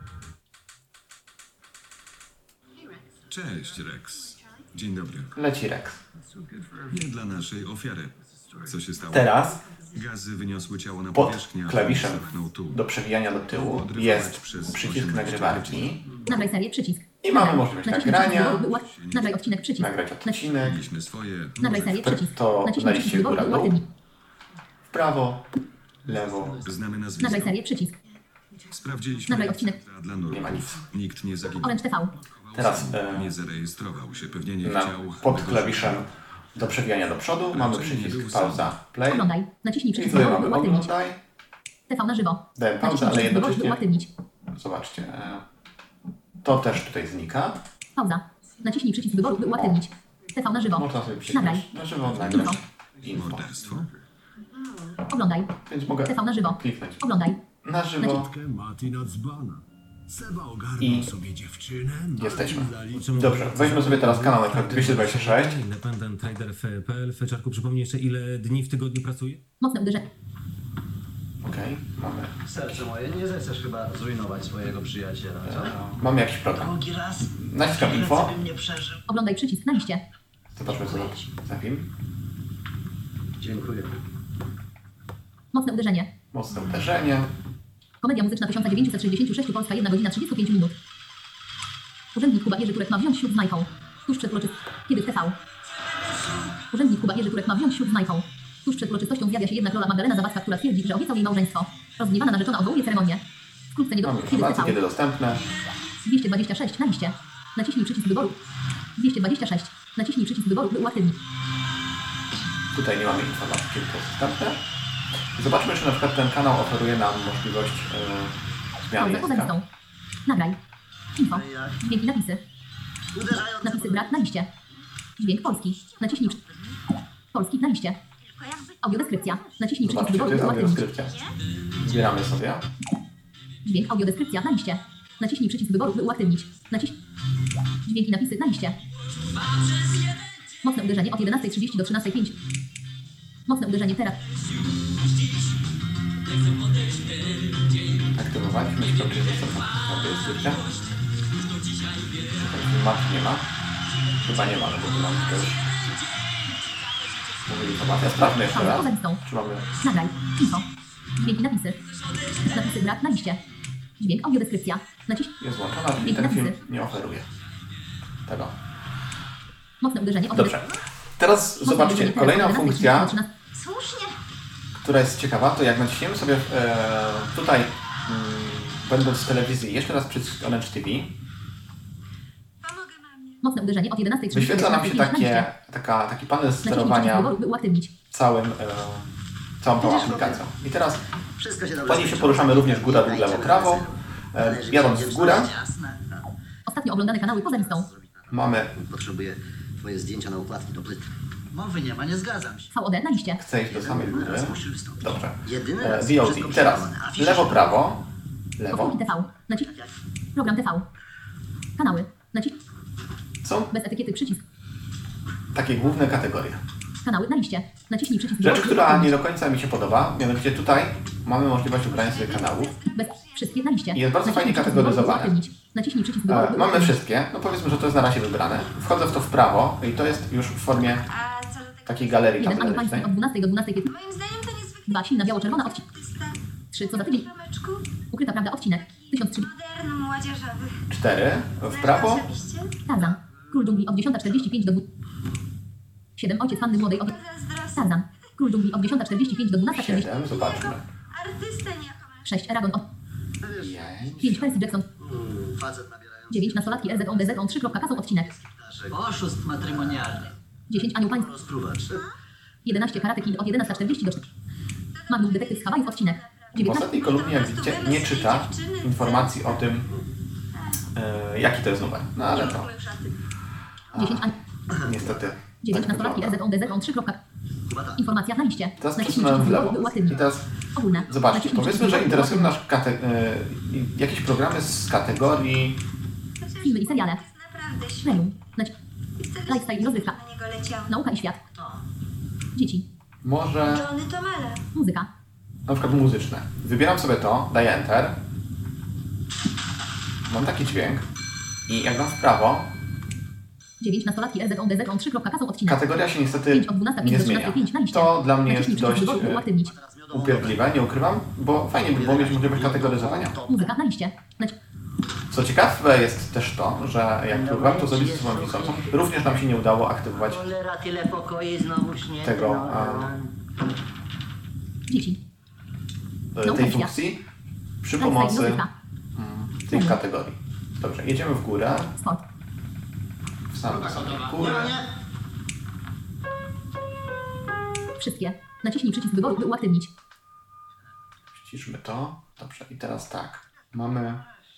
Cześć, Rex. Dzień dobry. Leci Rex. Nie dla naszej ofiary. Co się stało? Teraz Gazy wyniosły ciało na pod powierzchnię, a klawiszem zepchnął tu. do przewijania do tyłu Odrywać jest przez przycisk osiemnaście nagrywarki. Nagraj serię, przycisk. I mamy Nagraj. możliwość Naciśnij nagrania. przycisk wyboru, by uaktywnić. Nagraj odcinek, przycisk. Nagrać odcinek Mieliśmy swoje. Nagraj serię, przycisk. to na Naciśnij liście przycisk wyboru, by góra-dół. uaktywnić. w prawo, lewo. Znamy nazwisko. Nagraj serię, przycisk. Sprawdziliśmy. Nagraj odcinek. Dla Nie ma nic. nurków. Nikt nie zaginął. Orange T V. Teraz e, Nie zarejestrował się. Pewnie nie na, chciał. pod aby go klawiszem do przewijania do przodu mamy Raczej nie przycisk był pauza, play. Oglądaj. Naciśnij I przycisk tutaj wyboru, by mamy uaktywnić. oglądaj. T V na żywo. Dałem pauzę, Naciśnij ale przycisk wyboru, by jednocześnie, uaktywnić. zobaczcie, e, to też tutaj znika. Pauza. Naciśnij przycisk wyboru, by uaktywnić. T V na żywo. Można sobie Nagraj. kliknąć na żywo, nagrać info. Morderstwo? Oglądaj. Więc mogę T V na żywo. kliknąć Oglądaj. na żywo i jesteśmy. Dobrze, weźmy sobie teraz kanał na przykład dwieście dwadzieścia sześć. Independent Trader w P L. Feczarku, przypomnij jeszcze, ile dni w tygodniu pracuje? Mocne uderzenie. Okej, mamy, Serce moje, nie zechcesz chyba zrujnować swojego przyjaciela, co? e, mamy jakiś program. Drugi raz. Naciskam info. bym nie przeżył. Oglądaj przycisk na liście. Zobaczmy co za film. Dziękuję. Mocne uderzenie. Mocne uderzenie. Komedia muzyczna tysiąc dziewięćset sześćdziesiąt sześć, Polska jedna godzina trzydzieści pięć minut. Urzędnik Kuba Jerzy Turek ma wziąć ślub z Majką. Tuż przed uroczystością. Kiedy w T V? Urzędnik Kuba Jerzy Turek ma wziąć ślub z Majką. Tuż przed uroczystością zjawia się jednak Lola Magdalena Zawadzka, która twierdzi, że obiecał jej małżeństwo. Rozgniewana narzeczona odwołuje ceremonię. Wkrótce nie do... Mamy Kiedy w T informacje, kiedy V? dostępne. dwieście dwadzieścia sześć na liście. Naciśnij przycisk wyboru. dwieście dwadzieścia sześć. Naciśnij przycisk wyboru, by uaktywnić. Tutaj nie mamy informacji, kiedy to jest dostępne. Zobaczmy, czy na przykład ten kanał oferuje nam możliwość e, zmiany Pauza poza języka. listą. Nagraj. Info. Dźwięki napisy. Napisy brak na liście. Dźwięk polski. Naciśnij. przy- Polski na liście. Audiodeskrypcja. Naciśnij przycisk Zobaczcie, to wyboru, jest by uaktywnić. audiodeskrypcja. Zbieramy sobie. Dźwięk audiodeskrypcja na liście. Naciśnij przycisk wyboru, by uaktywnić. Naciśnij. Dźwięki napisy na liście. Mocne uderzenie od jedenastej trzydzieści do trzynastej pięć. Mocne uderzenie teraz. Aktywować. Myślę, że jest to audiodeskrypcja. Map nie ma. Chyba nie ma, no bo tu mam też. Mówili informacja. Sprawdźmy jeszcze raz. Poza listą. Czy mamy... Nagraj. Info. Dźwięki napisy. Napisy brak na liście. Dźwięk audiodeskrypcja. Naciśnij. Jest włączona, czyli Dźwięki ten film napisy. nie oferuje tego. Mocne uderzenie od Dobrze. Teraz Mocne zobaczcie, uderzenie kolejna teraz od jedenastej funkcja, trzydzieści do trzynastej. Słusznie. która jest ciekawa, to jak naciśniemy sobie e, tutaj, mm, będąc w telewizji, jeszcze raz przycisk Orange T V, Pomogę mamie. Mocne uderzenie od jedenastej trzydzieści do wyświetla nam się trzynastej pięć na takie, liście. taka, taki panel Naciśnij przycisk sterowania wyboru, by uaktywnić. całym, e, całą tą aplikacją. I teraz Wszystko się dobrze po niej się skończyło. poruszamy również góra, dół, lewo, prawo. E, jadąc w górę Ostatnio oglądane kanały poza listą. mamy, Potrzebuję twoje zdjęcia na układki do płyt. Mowy nie ma, nie zgadzam się. V O D na liście. chcę iść do samej góry. Raz musisz wystąpić. Dobrze. Jedyny E, raz. V O D. Wszystko Teraz przygotowane. Afisze lewo, się- prawo, lewo. Powtórki T V. Naciśnij. Program T V. Kanały. Naciśnij. Są Bez etykiety przycisk. takie główne kategorie. Kanały na liście. Naciśnij przycisk Rzecz, wyboru, by która nie uaktywnić. do końca mi się podoba, mianowicie tutaj mamy możliwość wybrania sobie kanałów. Bez wszystkie na liście. I jest bardzo Naciśnij fajnie przycisk wyboru, by kategoryzowane. uaktywnić. Naciśnij przycisk wyboru, E, by mamy uaktywnić. wszystkie, no powiedzmy, że to jest na razie wybrane. Wchodzę w to w prawo i to jest już w formie A co do tego? takiej galerii jeden anioł pański kategorycznej. od dwunastej do dwunastej piętnaście. Moim zdaniem to niezwykle dwa silna biało-czerwona odcinek. trzy co za tydzień. promyczku. Ukryta prawda odcinek. tysiąc trzy. Modern, młodzieżowy. cztery w prawo, Osobiście? Tarzan. Król dżungli od dziesiąta czterdzieści pięć do dwudziestej. siedem ojciec panny młodej od... Zazdrosny. Tarzan. Król dżungli od dziesiąta czterdzieści pięć do dwunastej czterdzieści. siedem, zobaczmy. Artystę niejako. sześć Eragon od... pięć, pięć Percy Jackson. Mm, Facet nabierający dziewięć nastolatki R Z O D Z O trzy. Kasą odcinek. ptaszek. Oszust matrymonialny. dziesięć anioł pański. Rozpruwacz. jedenaście Karate Kid od jedenasta czterdzieści do czterdziestu. Magnum Detektyw z Hawajów odcinek. W dziewiętnaście. ostatniej kolumnie, jak widzicie, nie czyta informacji o tym, e, jaki to jest numer. No ale to dziesięć an... niestety dziewięć tak nastolatki R wygląda. Z O D Z O trzy. Informacja na liście. Teraz Naciśnij przesunąłem w przycisk lewo. wyboru, by I uaktywnić. teraz Ogólne. zobaczcie, Naciśnij powiedzmy, przycisk że wyboru, by interesują nas kate- e, jakieś programy z kategorii uaktywnić. Filmy i seriale. Naprawdę świetnie. Premium. Naci... I wtedy Lifestyle i rozrywka. na niego leciało. Nauka i świat. Dzieci. może Johnny to Mele. Muzyka. na przykład muzyczne. Wybieram sobie to, daję Enter. Mam taki dźwięk i jak dam w prawo, dziewięć nastolatki R Z O D Z O trzy. Kasą odcinek. kategoria się niestety pięć od dwunastej nie do zmienia. trzynastej pięć na liście. To dla mnie jest Naciśnij przycisk dość wyboru, by e, uaktywnić. upierdliwe, nie ukrywam, bo fajnie by było mieć możliwość kategoryzowania. Muzyka na liście. Naci... Co ciekawe jest też to, że jak próbowałem to zrobić z osobą widzącą, również nam się nie udało aktywować Cholera, tyle pokoi, znowu śnieg. tego, No, a, Dzieci. e, Nauka tej i świat. funkcji przy Lifestyle i pomocy rozrywka. mm, tych kategorii. Dobrze, jedziemy w górę, Sport. w samą samą górę. Wszystkie. Naciśnij przycisk wyboru, by uaktywnić. Ściszmy to. Dobrze, i teraz tak. Mamy...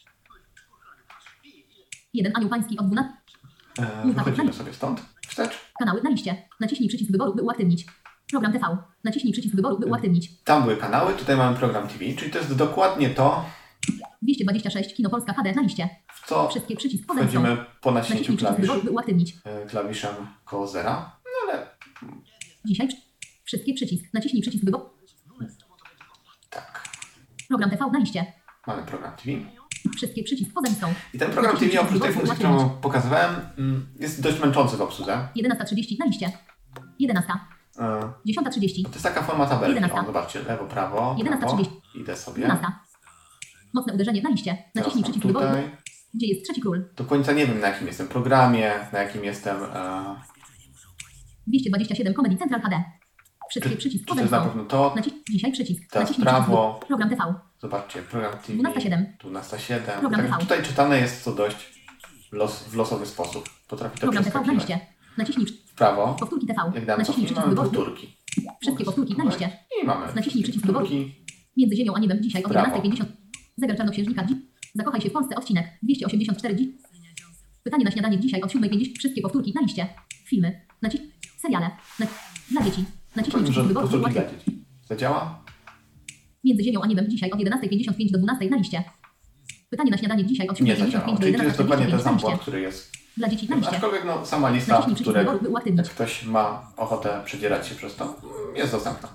jeden anioł pański od dwunastej. E, wychodzimy sobie stąd. Wstecz. Kanały na liście. Naciśnij przycisk wyboru, by uaktywnić. Program T V. Naciśnij przycisk wyboru, by uaktywnić. Tam były kanały, tutaj mamy program T V, czyli to jest dokładnie to, dwieście dwadzieścia sześć Kino Polska H D na liście. w co Wszystkie przycisk poza listą. wchodzimy po naciśnięciu Naciśnij przycisk wyboru, klawisz, by uaktywnić. e, klawiszem koło zera. No ale Dzisiaj przy... wszystkie przycisk. Naciśnij przycisk wyboru. tak. Program T V na liście. Mamy program T V. Wszystkie przycisk poza listą. I ten program T V, oprócz tej funkcji, którą wam pokazywałem, mm, jest dość męczący w obsłudze. jedenasta trzydzieści na liście. jedenasta. E, dziesiąta trzydzieści. To jest taka forma tabelki. jedenasta. O, zobaczcie, lewo, prawo, jedenasta prawo. trzydzieści. Idę sobie. dwunasta. Mocne uderzenie na liście. Teraz Naciśnij mam przycisk wyboru. tutaj. Gdzie jest trzeci król? Do końca nie wiem, na jakim jestem programie, na jakim jestem... E, dwieście dwadzieścia siedem Comedy Central H D. Wszystkie Czy- przycisk czy poza to jest na listą. pewno to? Naciśnij dzisiaj przycisk. Teraz Naciśnij prawo. przycisk wyboru. Program T V. Zobaczcie, program T V. dwunasta siedem. dwunasta siedem. Program Tak, T V. tutaj czytane jest to dość los, w losowy sposób. Potrafi to Program T V na przeskakiwać. liście. Naciśnij przy- W prawo. powtórki T V. Jak dam Naciśnij cofnij, przycisk mamy wyboru. powtórki. Wszystkie powtórki na liście. I mamy Naciśnij przycisk wyboru. powtórki. Między ziemią a niebem dzisiaj o Brawo. jedenasta pięćdziesiąt. Zegar czarnoksiężnika. Dzi- Zakochaj się w Polsce odcinek dwieście osiemdziesiąt cztery dzi... Pytanie na śniadanie dzisiaj od siódmej pięćdziesiąt. Wszystkie powtórki na liście. Filmy. Naciś... Seriale. Na... Dla dzieci. Naciśnij przycisk wyboru. Powtórki dla dzieci. Zadziała? Między ziemią a niebem dzisiaj od jedenastej pięćdziesiąt pięć do dwunastej na liście. Pytanie na śniadanie dzisiaj od siódmej Nie pięćdziesiąt zadziała. pięć do Czyli to jest dokładnie ten jedenastej sam pięćdziesiąt pięć na błąd, liście. który jest. Dla dzieci na liście. Aczkolwiek no, sama lista, Naciśnij w przycisk której wyboru, by uaktywnić. jak ktoś ma ochotę przedzierać się przez to, jest dostępna.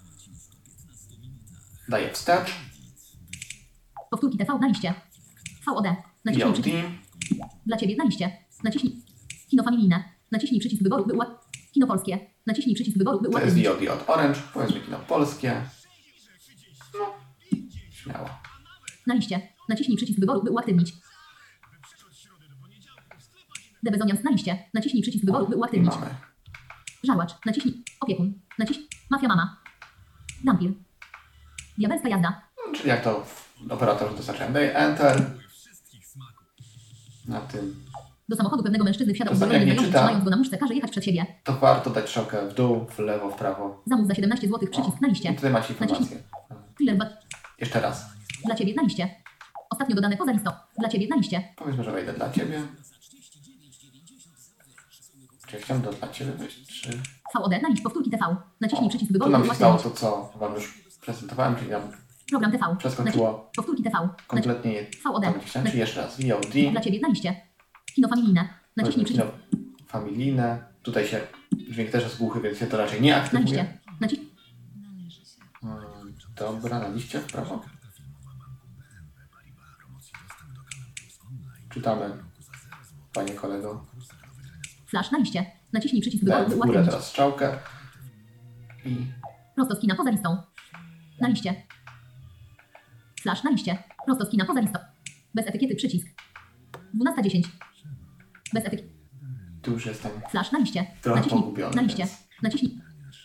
Daję wstecz. Powtórki T V na liście. V O D. Naciśnij V O D. przycisk. Dla ciebie na liście. Naciśnij. Kino familijne. Naciśnij przycisk wyboru, by uaktywnić. Kino polskie. Naciśnij przycisk wyboru, by To jest uaktywnić. V O D od Orange. Powiedzmy kino polskie. No, śmiało. Na liście. Naciśnij przycisk wyboru, by uaktywnić. The Bezonians na liście. Naciśnij przycisk wyboru, by uaktywnić. Mamy. Żarłacz. Naciśnij. Opiekun. Naciśnij. Mafia mama. Dampir. Diabelska jazda. Czyli jak to operatorzy dostarczają. Daję Enter. Na tym. Do samochodu pewnego mężczyzny wsiada Czasami uzbrojony jak nie znajomy, czyta- trzymając go na muszce, każe jechać przed siebie. To warto dać strzałkę w dół, w lewo, w prawo. Zamów za siedemnaście złotych, przycisk na liście. I tutaj macie informację. Thriller dwa. Jeszcze raz. Dla ciebie na liście. Ostatnio dodane poza listą. Dla ciebie na liście. Powiedzmy, że wejdę dla Ciebie. Czy ja chciałem do dla Ciebie wejść? Czy... V O D na liście. Powtórki T V. Naciśnij przycisk Tu wyboru, nam by się stało uaktywnić. to, co Wam już prezentowałem, czyli nam Program T V. przeskoczyło Naciś- Powtórki T V. kompletnie je V O D. tam gdzieś tam. Czyli jeszcze raz. V O D. Dla ciebie na liście. Kino familijne. Naciśnij Kino przycisk familijne. Tutaj się dźwięk też jest głuchy, więc się to raczej nie na aktywuje. liście. Naciś... Hmm, Dobra, na liście w prawo. Czytamy, panie kolego. Flash na liście. Naciśnij przycisk wyboru, Dałem by w górę uaktywnić. teraz strzałkę. I Prosto z kina poza listą. Na liście. Flash na liście. Prosto z kina poza listą. Bez etykiety przycisk. dwunasta dziesięć. Bez etykiety. tu już jestem Flash na liście. trochę Naciśnij. pogubiony. Na liście. więc Naciśnij.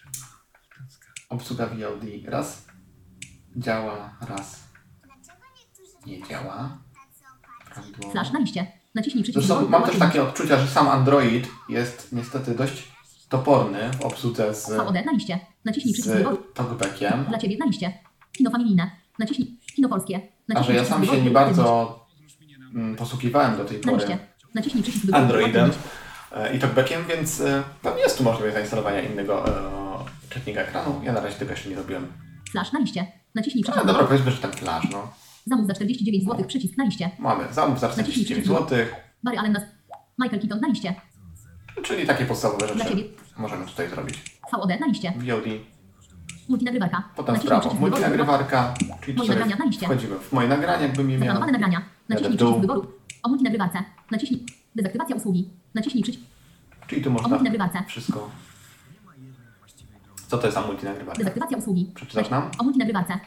Obsługa V O D raz. Działa, raz. Nie działa. Prawidłowo. Flash na liście. Naciśnij przycisk Zresztą wyboru, mam by też uaktywnić. takie odczucia, że sam Android jest niestety dość toporny w obsłudze z, V O D na liście. Naciśnij przycisk wyboru. z talkbackiem. Dla ciebie na liście. Kino familijne. Naciśnij. Kino polskie. A Naciśnij że ja przycisk sam się wyboru, nie by uaktywnić. bardzo mm, posługiwałem do tej Na pory liście. Naciśnij przycisk wyboru. by Androidem uaktywnić. e, i talkbackiem, więc e, pewnie jest tu możliwość zainstalowania innego e, czytnika ekranu. Ja na razie tego jeszcze nie robiłem. Flash na liście. Naciśnij przycisk No dobra, wyboru. powiedzmy, że ten flash, no. Zamów za czterdzieści dziewięć złotych, przycisk na liście. Mamy zamów za czterdzieści dziewięć złotych, Barry Allen na... Michael Keaton na liście. czyli takie podstawowe Dla rzeczy ciebie. możemy tutaj zrobić. V O D na liście. V O D, Multinagrywarka. potem w Naciśnij prawo przycisk wyboru. multinagrywarka, czyli Moje tutaj nagrania na liście. wchodzimy w moje nagrania, jakbym je miał. Zaplanowane nagrania. Naciśnij w dół. przycisk wyboru. O multinagrywarce. Naciśnij. Dezaktywacja usługi. Naciśnij przycisk. Czyli tu O można multinagrywarce. wszystko. Co to jest za multinagrywarka? Dezaktywacja usługi. Przeczytasz nam? O multinagrywarce.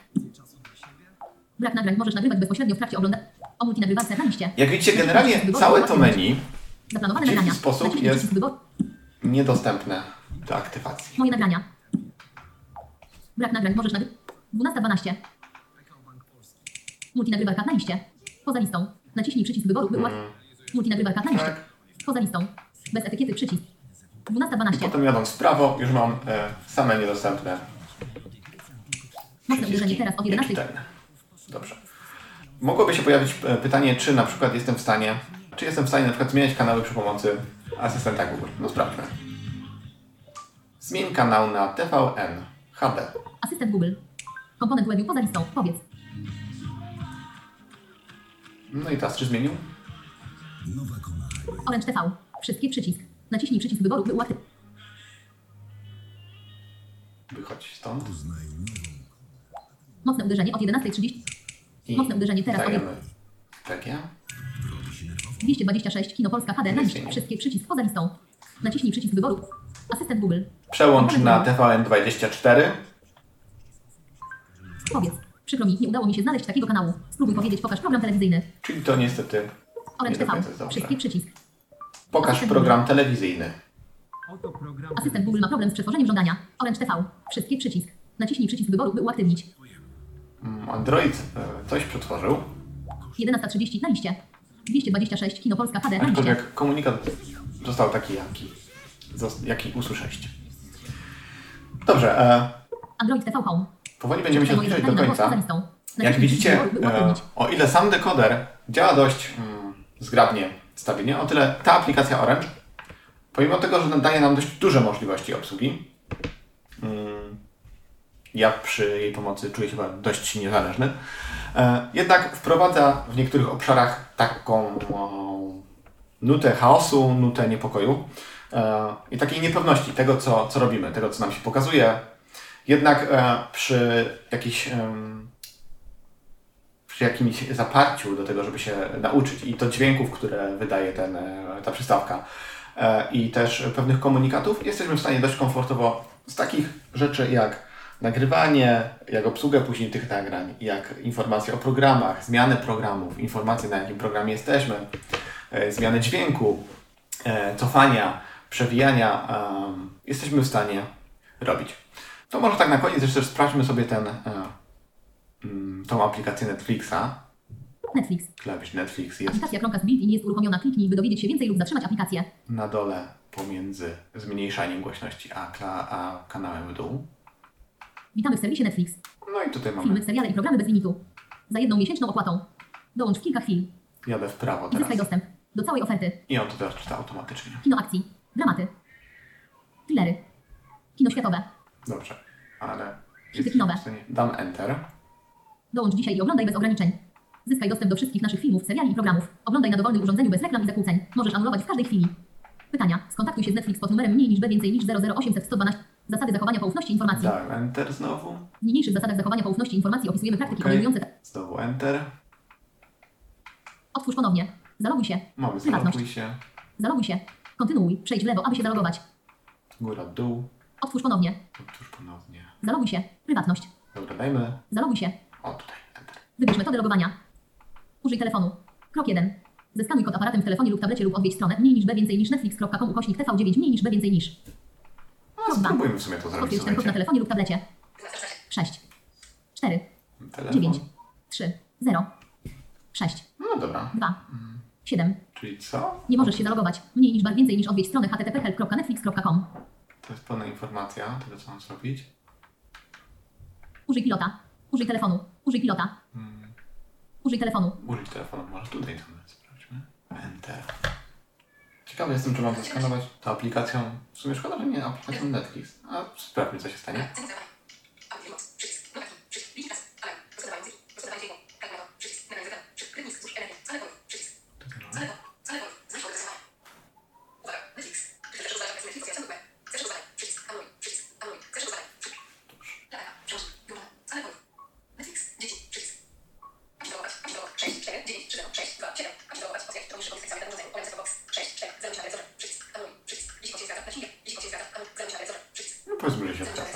Brak nagrań. Możesz nagrywać bezpośrednio w trakcie oglądania. O multinagrywarce na liście. Jak widzicie, Naciśnij generalnie przycisk wyboru, całe by to uaktywnić. menu Zaplanowane w dziwny nagrania. sposób Naciśnij jest przycisk wyboru. niedostępne do aktywacji. Moje nagrania. Brak nagrań. Możesz nagrywać. dwunasta dwanaście. Multinagrywarka na liście. Poza listą. Naciśnij przycisk wyboru, by uaktywnić. Multinagrywarka na liście. Tak. Poza listą. Bez etykiety przycisk. dwunasta I dwanaście. potem jadąc w prawo już mam e, same niedostępne Mocne uderzenie teraz od jedenastej. czytelne. Dobrze. Mogłoby się pojawić e, pytanie, czy na przykład jestem w stanie, czy jestem w stanie na przykład zmieniać kanały przy pomocy asystenta Google. No sprawdźmy. Zmień kanał na T V N H D. Asystent Google. Komponent webu poza listą. Powiedz. No i teraz czy zmienił? Orange T V. Wszystkie przycisk. Naciśnij przycisk wyboru, by uaktywnić. Wychodź stąd. Mocne uderzenie od jedenastej trzydzieści. I Mocne uderzenie teraz od dajemy P G. dwieście dwadzieścia sześć. Kino Polska H D. Na liście. Wszystkie przycisk poza listą. Naciśnij przycisk wyboru. Asystent Google. Przełącz Komponent na webu. T V N dwadzieścia cztery. Powiedz. Przykro mi, nie udało mi się znaleźć takiego kanału. Spróbuj powiedzieć, pokaż program telewizyjny. Czyli to niestety Orange nie do T V. końca jest dobrze. Wszystkie przycisk. Pokaż Asystent program telewizyjny. Oto program. Asystent Google ma problem z przetworzeniem żądania. Orange T V. Wszystkie przycisk. Naciśnij przycisk wyboru, by uaktywnić. Mm, Android e, coś przetworzył. jedenasta trzydzieści na liście. dwieście dwadzieścia sześć. Kino Polska H D. Na liście. Aczkolwiek komunikat został taki, jaki, zos- jaki usłyszeliście. Dobrze, e, Android T V Home. powoli będziemy się Moje zbliżać do zapytanie na głos końca. poza listą. Jak Naciśnij widzicie, przycisk wyboru, by e, uaktywnić. o ile sam dekoder działa dość mm, zgrabnie, stabilnie. O tyle ta aplikacja Orange, pomimo tego, że daje nam dość duże możliwości obsługi, mm, ja przy jej pomocy czuję się chyba dość niezależny, e, jednak wprowadza w niektórych obszarach taką o, nutę chaosu, nutę niepokoju e, i takiej niepewności tego, co, co robimy, tego, co nam się pokazuje. Jednak e, przy jakiejś e, przy jakimś zaparciu do tego, żeby się nauczyć i do dźwięków, które wydaje ten, ta przystawka e, i też pewnych komunikatów, jesteśmy w stanie dość komfortowo z takich rzeczy jak nagrywanie, jak obsługę później tych nagrań, jak informacje o programach, zmiany programów, informacje na jakim programie jesteśmy, e, zmiany dźwięku, e, cofania, przewijania, e, jesteśmy w stanie robić. To może tak na koniec jeszcze sprawdźmy sobie ten, e, m, tą aplikację Netflixa. Netflix. Klawisz Netflix jest Aplikacja Chromecast built-in jest uruchomiona. Kliknij, by dowiedzieć się więcej lub zatrzymać aplikację. na dole pomiędzy zmniejszaniem głośności a, kla- a kanałem w dół. Witamy w serwisie Netflix. No i tutaj mamy, Filmy, seriale i programy bez limitu. Za jedną miesięczną opłatą. Dołącz w kilka chwil. jadę w prawo I zyskaj teraz. dostęp do całej oferty. I on to teraz czyta automatycznie. Kino akcji, dramaty, thrillery, kino światowe. Dobrze, ale Hity kinowe. w stanie- dam Enter. Dołącz dzisiaj i oglądaj bez ograniczeń. Zyskaj dostęp do wszystkich naszych filmów, seriali i programów. Oglądaj na dowolnym urządzeniu bez reklam i zakłóceń. Możesz anulować w każdej chwili. Pytania. Skontaktuj się z Netflix pod numerem mniej niż B więcej niż zero zero osiemset sto dwanaście. Zasady zachowania poufności informacji. Dałem Enter znowu. W niniejszych zasadach zachowania poufności informacji opisujemy praktyki Okej. obejmujące... Znowu Enter. Otwórz ponownie. Zaloguj się. Mamy Prywatność. zaloguj się. Zaloguj się. Kontynuuj. Przejdź w lewo, aby się zalogować. Góra, dół. Otwórz ponownie. Otwórz ponownie. Zaloguj się. Prywatność. Dobra, dajmy. Zaloguj się. O, tutaj. Enter. Wybierz metodę logowania. Użyj telefonu. Krok jeden. Zeskanuj kod aparatem w telefonie lub tablecie lub odwiedź stronę mniej niż b więcej niż netflix kropka com ukośnik t v dziewięć mniej niż b więcej niż. No, spróbujmy w sumie to zrobić. Potwierdź ten kod na Słuchajcie. telefonie lub tablecie. sześć, cztery, Telefon. dziewięć, trzy, zero, sześć, No dobra. dwa, siedem. Czyli co? Nie możesz się zalogować. Mniej niż bar więcej niż odwiedź stronę h t t p help kropka netflix kropka com. To jest pełna informacja tego, co mam zrobić. Użyj pilota. Użyj telefonu. Użyj pilota. Hmm. Użyj telefonu. Użyć telefonu. Może tutaj to sprawdźmy. Enter. Ciekawy jestem, czy mam zeskanować tą aplikacją. W sumie szkoda, że nie aplikacją Netflix. A sprawdźmy, co się stanie. No powiedzmy, że się zgadza.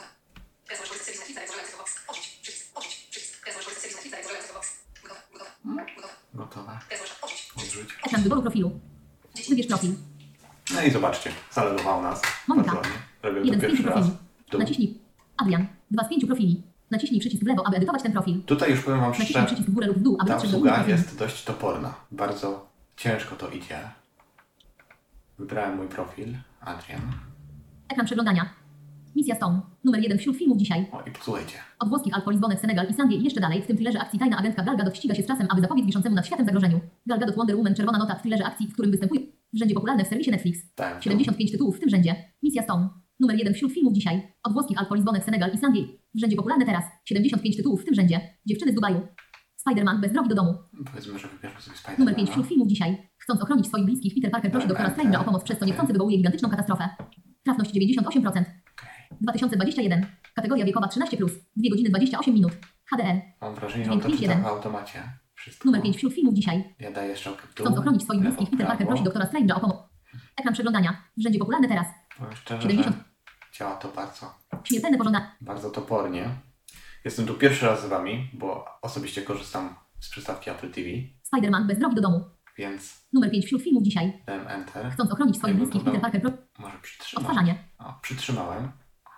Gotowe. Odrzuć. Ekran wyboru profilu. Wybierz profil. No i zobaczcie, zalogował nas. Monika. Bardzo ładnie. Robię Jeden to z pięciu pierwszy raz. profili. W dół. Naciśnij. Adrian. Dwa z pięciu profili. Naciśnij przycisk w lewo, aby edytować ten profil. Tutaj już powiem wam Naciśnij szczerze, przycisk w górę lub w dół, aby ta dotrzeć do innego obsługa profilu. jest dość toporna. Bardzo ciężko to idzie. Wybrałem mój profil, Adrian. Ekran przeglądania. Misja Stone. Numer jeden wśród filmów dzisiaj. O i posłuchajcie. Od włoskich Alp po Lizbonę, Senegal, Islandię i jeszcze dalej. W tym thrillerze akcji tajna agentka Gal Gadot ściga się z czasem, aby zapobiec wiszącemu nad światem zagrożeniu. Gal Gadot Wonder Woman, czerwona nota w thrillerze akcji, w którym występuje. W rzędzie popularne w serwisie Netflix. Tak. siedemdziesiąt pięć tytułów w tym rzędzie. Misja Stone. Numer jeden wśród filmów dzisiaj. Od włoskich Alp po Lizbonę, Senegal, Islandię. W rzędzie popularne teraz. siedemdziesiąt pięć tytułów w tym rzędzie. Dziewczyny z Dubaju. Spider-Man bez drogi do domu. Powiedzmy, że wybierzmy sobie Spider-Mana. Numer pięć wśród filmów dzisiaj. Chcąc ochronić swoich bliskich, Peter Parker prosi doktora Strange'a o pomoc, przez co niechcący wywołuje gigantyczną katastrofę. Trafność dziewięćdziesiąt osiem procent. dwa tysiące dwudziesty pierwszy. Kategoria wiekowa trzynaście plus. dwie godziny dwadzieścia osiem minut. H D R. Mam wrażenie, że Dźwięk on to pięć czyta jeden. w automacie. Wszystko. Numer pięć wśród filmów dzisiaj. Ja daję strzałkę w dół. Chcąc ochronić swoich lewo, bliskich, Peter Parker prawo. prosi doktora Strange'a o pomoc. Ekran przeglądania. W rzędzie popularne teraz. Powiem szczerze, siedemdziesiąt. że działa to bardzo, Śmiertelne pożądanie. bardzo topornie. Jestem tu pierwszy raz z wami, bo osobiście korzystam z przystawki Apple T V, Spider-Man bez drogi do domu. więc Numer pięć wśród filmów dzisiaj. dałem Enter. Chcąc ochronić swoich Jakbym bliskich, to Peter dał- Parker prosi. Może przytrzymam. Odtwarzanie. O, przytrzymałem.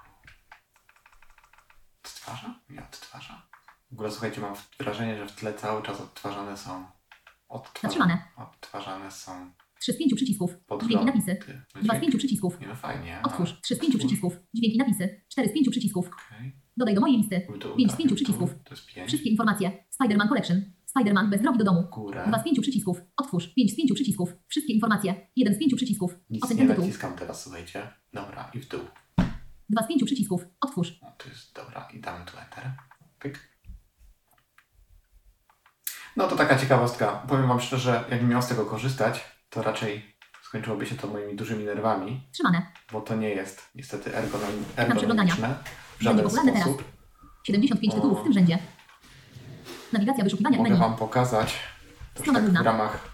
Odtwarza? Nie odtwarza. W ogóle słuchajcie, mam wrażenie, że w tle cały czas odtwarzane są... Odtwarzane, Zatrzymane. odtwarzane są... trzy z pięciu przycisków. Podglądy. Dźwięki napisy. No dwa z dźwięki. pięciu przycisków. Nie no fajnie. Otwórz. trzy z pięciu przycisków. Dźwięki napisy. cztery z pięciu przycisków. Okej. Dodaj do mojej listy. W dół, pięć z tak, pięciu w dół. przycisków. To jest pięć. Wszystkie informacje. Spider-Man Collection. Spiderman bez drogi do domu. Górę. dwa z pięciu przycisków. Otwórz. pięć z pięciu przycisków. Wszystkie informacje. jeden z pięciu przycisków. Nic Oceń nie ten tytuł. naciskam teraz, słuchajcie. Dobra, i w dół. dwa z pięciu przycisków. Otwórz. No, to jest dobra i damy tu enter. Pyk. No to taka ciekawostka. Powiem wam szczerze, jakbym miał z tego korzystać, to raczej skończyłoby się to moimi dużymi nerwami. Trzymane. Bo to nie jest niestety ergonom- Ekran przeglądania. ergonomiczne w Rzędzie żaden popularne teraz. sposób. siedemdziesiąt pięć tytułów w tym rzędzie. Nawigacja wyszukiwania Mogę menu. wam pokazać to Strona tak w główna. ramach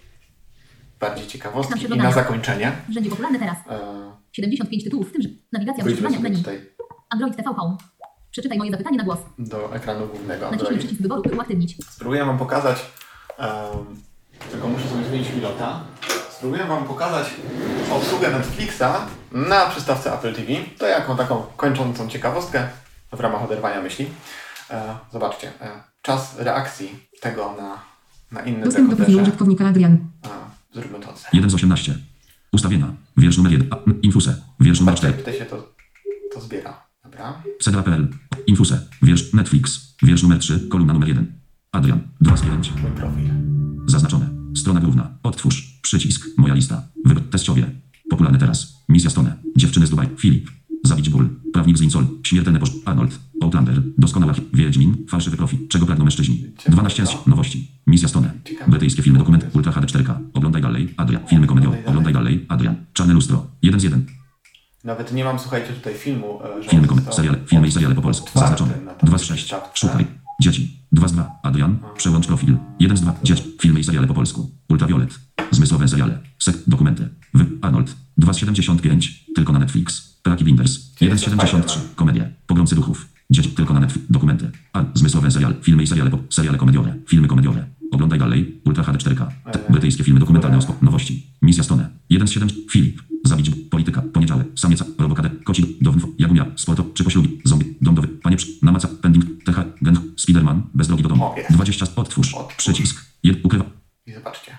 bardziej Ekran ciekawostki i przeglądania. na zakończenie. W rzędzie popularne teraz. E, siedemdziesiąt pięć tytułów w tym rzędzie. Nawigacja Wyjdźmy wyszukiwania sobie menu. tutaj Android T V Home. Przeczytaj moje zapytanie na głos. do ekranu głównego Naciśnij Android. przycisk wyboru, by uaktywnić. Spróbuję wam pokazać, um, tylko muszę sobie zmienić pilota. Spróbuję wam pokazać obsługę Netflixa na przystawce Apple T V. To jaką taką kończącą ciekawostkę w ramach oderwania myśli. E, zobaczcie, e, czas reakcji tego na, na innym Dostęp do profilu dekoderze. użytkownika Adrian. A, zróbmy to. jeden z osiemnaście. Ustawienia. Wiersz numer jeden. A, Infuse. Wiersz numer Zobaczcie, cztery. jak tutaj się to, to zbiera. Dobra. C D A kropka P L. Infuse. Wiersz Netflix. Wiersz numer trzy. Kolumna numer jeden. Adrian. dwa z pięciu. Mój profil. Zaznaczone. Strona główna. Odtwórz. Przycisk. Moja lista. Wybór. Teściowie. Popularne teraz. Misja Stone. Dziewczyny z Dubaj. Filip. Zabić ból. Prawnik z Lincol. Śmiertelne posz... Arnold. Outlander. Doskonała. Wiedźmin. Fałszywy profil. Czego pragną mężczyźni? dwanaście z nowości. Misja Stone. Brytyjskie filmy dokumenty. Ultra H D cztery K. Oglądaj dalej. Adrian. Filmy komediowe. Oglądaj dalej. Adrian. Czarne lustro. jeden z jeden. Nawet nie mam, słuchajcie, tutaj filmu. e, że Filmy, on kom- został seriale, filmy i seriale po polsku. otwarty Zaznaczone. na takiej dwa z sześć. przystawce. Szukaj. Dzieci. dwa z dwa. Adrian. Przełącz profil. jeden z dwa. Dzieci. Filmy i seriale po polsku. Ultraviolet. Zmysłowe seriale. Sek. Dokumenty. Wy. Arnold. dwa z siedemdziesiąt pięć. Tylko na Netflix. Peaky Blinders. jeden z siedemdziesiąt trzy. Komedie. Pogromcy duchów. Dzieci. Tylko na Netflix. Dokumenty. A. Zmysłowe seriale. Filmy i seriale po... Seriale komediowe. Filmy komediowe. Oglądaj dalej. Ultra H D cztery K. Brytyjskie filmy dokumentalne o spo... Nowości. Misja Stone. jeden z siedem. Filip. Zabić. Polityka. Poniedziałek. Samieca. Robokade. Koci. Dowinfo. Jagumia. Sporto. Czy poślubi. Zombie. Dądowy. Panie. Przy- Namaca. Pending. T H. Gen. Spiderman. Bez drogi do domu. O, jest. dwadzieścia. Otwórz. Przycisk. Jed. Ukrywa. I zobaczcie.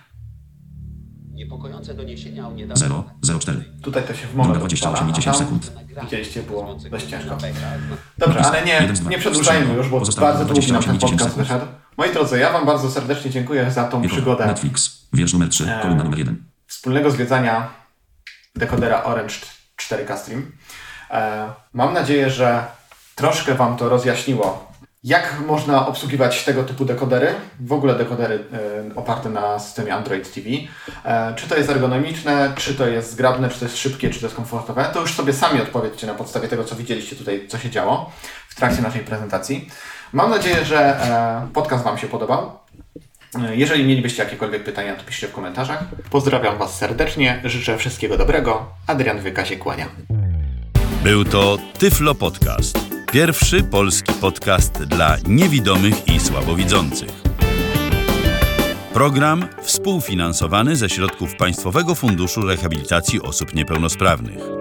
Niepokojące doniesienia o niedawnym... zero. zero cztery. Tutaj to się w Druga moment dwadzieścia osiem i odpala, a dziesięć tam, sekund. Widzieliście, było dość ciężko. Dobrze, ale nie, jeden z dwa. nie przedłużajmy już, bo Pozostałe bardzo długi nam ten dwadzieścia osiem i dziesięć podcast sekund. wyszedł. Moi drodzy, ja wam bardzo serdecznie dziękuję za tą przygodę Netflix. Wiersz numer trzy. Eee. Kolumna numer jeden. wspólnego zwiedzania dekodera Orange cztery K Stream. E, mam nadzieję, że troszkę wam to rozjaśniło, jak można obsługiwać tego typu dekodery, w ogóle dekodery e, oparte na systemie Android T V. E, czy to jest ergonomiczne, czy to jest zgrabne, czy to jest szybkie, czy to jest komfortowe, to już sobie sami odpowiedzcie na podstawie tego, co widzieliście tutaj, co się działo w trakcie naszej prezentacji. Mam nadzieję, że e, podcast wam się podobał. E, Jeżeli mielibyście jakiekolwiek pytania, to piszcie w komentarzach. Pozdrawiam was serdecznie, życzę wszystkiego dobrego. Adrian Wyka się kłania. Był to Tyflo Podcast. Pierwszy polski podcast dla niewidomych i słabowidzących. Program współfinansowany ze środków Państwowego Funduszu Rehabilitacji Osób Niepełnosprawnych.